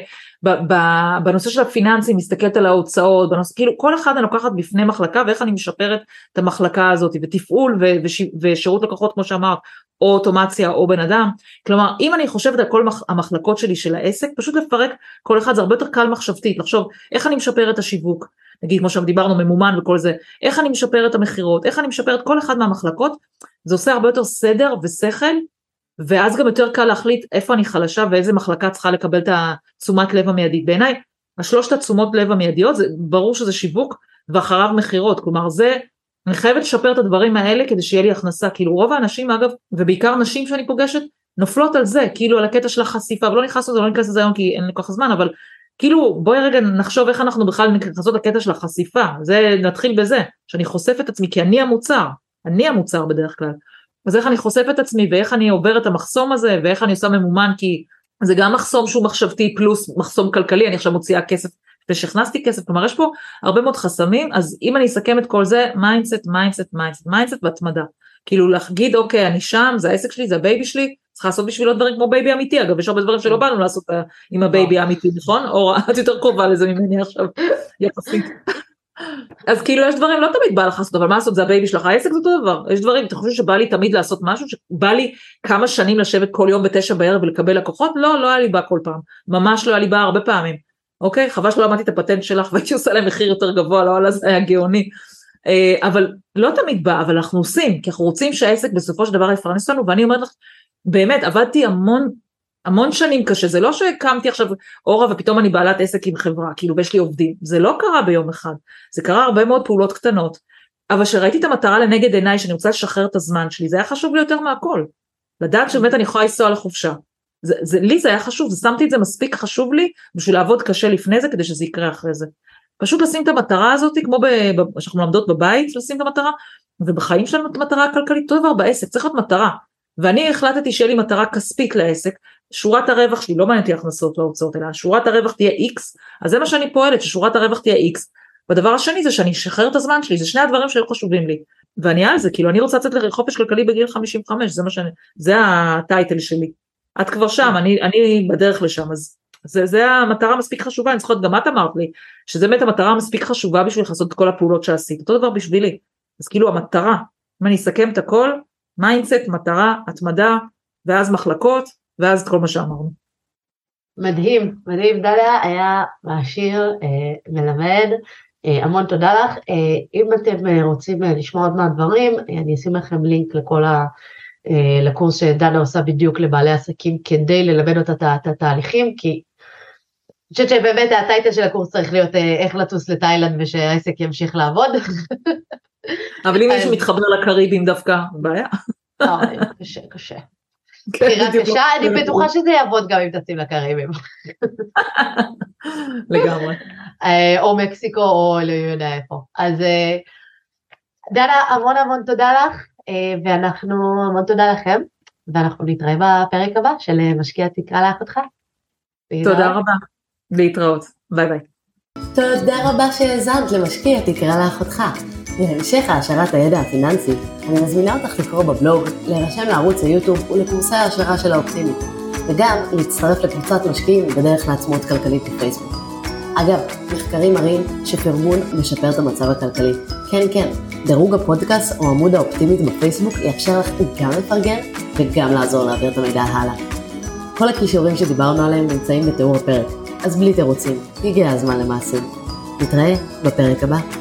בנושא של הפיננסים, מסתכלת על ההוצאות, בנושא, כאילו כל אחד אני לוקחת בפני מחלקה, ואיך אני משפרת את המחלקה הזאת, ותפעול ושירות לקוחות כמו שאמרת, או אוטומציה או בן אדם, כלומר אם אני חושבת על כל המחלקות שלי של העסק, פשוט לפרק כל אחד, זה הרבה יותר קל מחשבתית, לחשוב איך אני משפר את השיווק, נגיד כמו שדיברנו ממומן וכל זה, איך אני משפר את המחירות, איך אני משפר את כל אחד מהמחלקות, זה עושה הרבה יותר סדר ושכל, ואז גם יותר קל להחליט איפה אני חלשה, ואיזה מחלקה צריכה לקבל את התשומת לב המיידית, בעיניי, השלושת התשומות לב המיידיות, זה ברור שזה שיווק, ואחריו מחירות, כלומר זה, אני חייבת לשפר את הדברים האלה, כדי שיהיה לי הכנסה, כאילו רוב האנשים אגב, ובעיקר נשים שאני פוגשת, נופלות על זה, כאילו על הקטע של החשיפה, ולא נכנס לזה, לא נכנס לזה היום, כי אין לי כל כך זמן, אבל כאילו בואי רגע נחשוב איך אנחנו בכלל נכנסות לקטע של החשיפה, זה נתחיל בזה, שאני חושף את עצמי, כי אני המוצר, אני המוצר בדרך כלל, אז איך אני חושף את עצמי, ואיך אני עובר את המחסום הזה, ואיך אני עושה ממומן, כי זה גם מחסום שהוא מחשבתי, פלוס מחסום כלכלי, אני עכשיו מוציאה כסף, ושכנסתי כסף, כלומר יש פה הרבה מאוד חסמים, אז אם אני אסכם את כל זה, מיינדסט, מיינדסט, מיינדסט, מיינדסט והתמדה, כאילו להגיד אוקיי, אני שם, זה העסק שלי, זה הבייבי שלי, צריך לעשות בשבילו דברים כמו בייבי אמיתי, אגב, יש הרבה דברים שלא באנו לעשות עם הבייבי האמיתי, נכון? או את יותר קרובה לזה ממני עכשיו, יחסית. אז כאילו יש דברים, לא תמיד בא לך לעשות, אבל מה לעשות, זה הבייבי שלך, העסק זה אותו דבר, יש דברים, אתה חושב שבא לי תמיד לעשות משהו, שבא לי כמה שנים לשבת כל יום בתשע בערב ולקבל לקוחות, לא, לא היה לי בא כל פעם, ממש לא היה לי בא הרבה פעמים, אוקיי, חבל שלא למדתי את הפטנט שלך, והייתי עושה להם מחיר יותר גבוה, לא על זה היה גאוני, אבל לא תמיד בא, אבל אנחנו עושים, כי אנחנו רוצים שהעסק בסופו של דבר יפרנס לנו, ואני אומרת לך, באמת, עבדתי המון, המון שנים קשה, זה לא שהקמתי עכשיו אורה ופתאום אני בעלת עסק עם חברה, כאילו ויש לי עובדים, זה לא קרה ביום אחד, זה קרה הרבה מאוד פעולות קטנות, אבל שראיתי את המטרה לנגד עיניי, שאני רוצה לשחרר את הזמן שלי, זה היה חשוב לי יותר מהכל, לדעת שבאמת אני יכולה לנסוע לחופשה, זה, זה, לי זה היה חשוב, זה, שמתי את זה מספיק חשוב לי, בשביל לעבוד קשה לפני זה, כדי שזה יקרה אחרי זה, פשוט לשים את המטרה הזאת, כמו שאנחנו למדות בבית, לשים את המטרה, ובחיים שלנו את המטרה הכלכלית, אותו דבר בעסק, צריך להיות מטרה, ואני החלטתי שיהיה לי מטרה כספית לעסק, שורת הרווח שלי, לא מעניינתי הכנסות וההוצאות, אלא שורת הרווח תהיה X, אז זה מה שאני פועלת, ששורת הרווח תהיה X, והדבר השני זה שאני אשחרר את הזמן שלי, זה שני הדברים שהיו חשובים לי, ואני על זה, כאילו אני רוצה לצאת לחופש כלכלי בגיל חמישים וחמש, זה מה שאני, זה הטייטל שלי, את כבר שם, אני, אני בדרך לשם, אז זה, זה המטרה מספיק חשובה, אני זוכרת, גם את אמרת לי, שזה באמת המטרה מספיק חשובה בשביל לעשות את כל הפעולות שעשית, אותו דבר בשבילי, אז כאילו המטרה, אם אני אסכם את הכל, מיינדסט, מטרה, התמדה, ואז מחלקות, ואז את כל מה שאמרנו. מדהים, מדהים, דליה, היה מעשיר, אה, מלמד, אה, המון תודה לך, אה, אם אתם אה, רוצים אה, לשמוע עוד מהדברים, אה, אני אשים לכם לינק לכל ה... אה, לקורס שדנה עושה בדיוק לבעלי עסקים, כדי ללמד אותה את התהליכים, כי אני חושבת שבאמת הטייטל של הקורס צריך להיות אה, איך לטוס לתאילנד, ושהעסק ימשיך לעבוד. אבל אם מישהו מתחבר לקריבים דווקא, בעיה. לא, קשה, קשה. בחירה קשה, אני בטוחה שזה יעבוד גם אם תשים לקריבים. לגמרי. או מקסיקו, או לא יודע איפה. אז דנה, המון המון תודה לך, ואנחנו, המון תודה לכם, ואנחנו נתראה בפרק הבא של משקיע תקרא לאחותך. תודה רבה, להתראות, ביי ביי. תודה רבה שהאזנת למשקיע תקרא לאחותך. להמשך העשרת הידע הפיננסי, אני מזמינה אותך לקרוא בבלוג, להירשם לערוץ היוטיוב ולקורסי ההשערה של האופטימית, וגם להצטרף לקבוצת משקיעים בדרך לעצמאות כלכלית בפייסבוק. אגב, מחקרים מראים שפרגון משפר את המצב הכלכלי. כן, כן, דירוג הפודקאסט או עמוד האופטימית בפייסבוק יאפשר לך גם לפרגן וגם לעזור להעביר את המידע הלאה. כל הכישורים שדיברנו עליהם נמצאים בתיאור הפרק, אז בלי תירוצים, הגיע הזמן למעשים. נתראה בפרק הבא.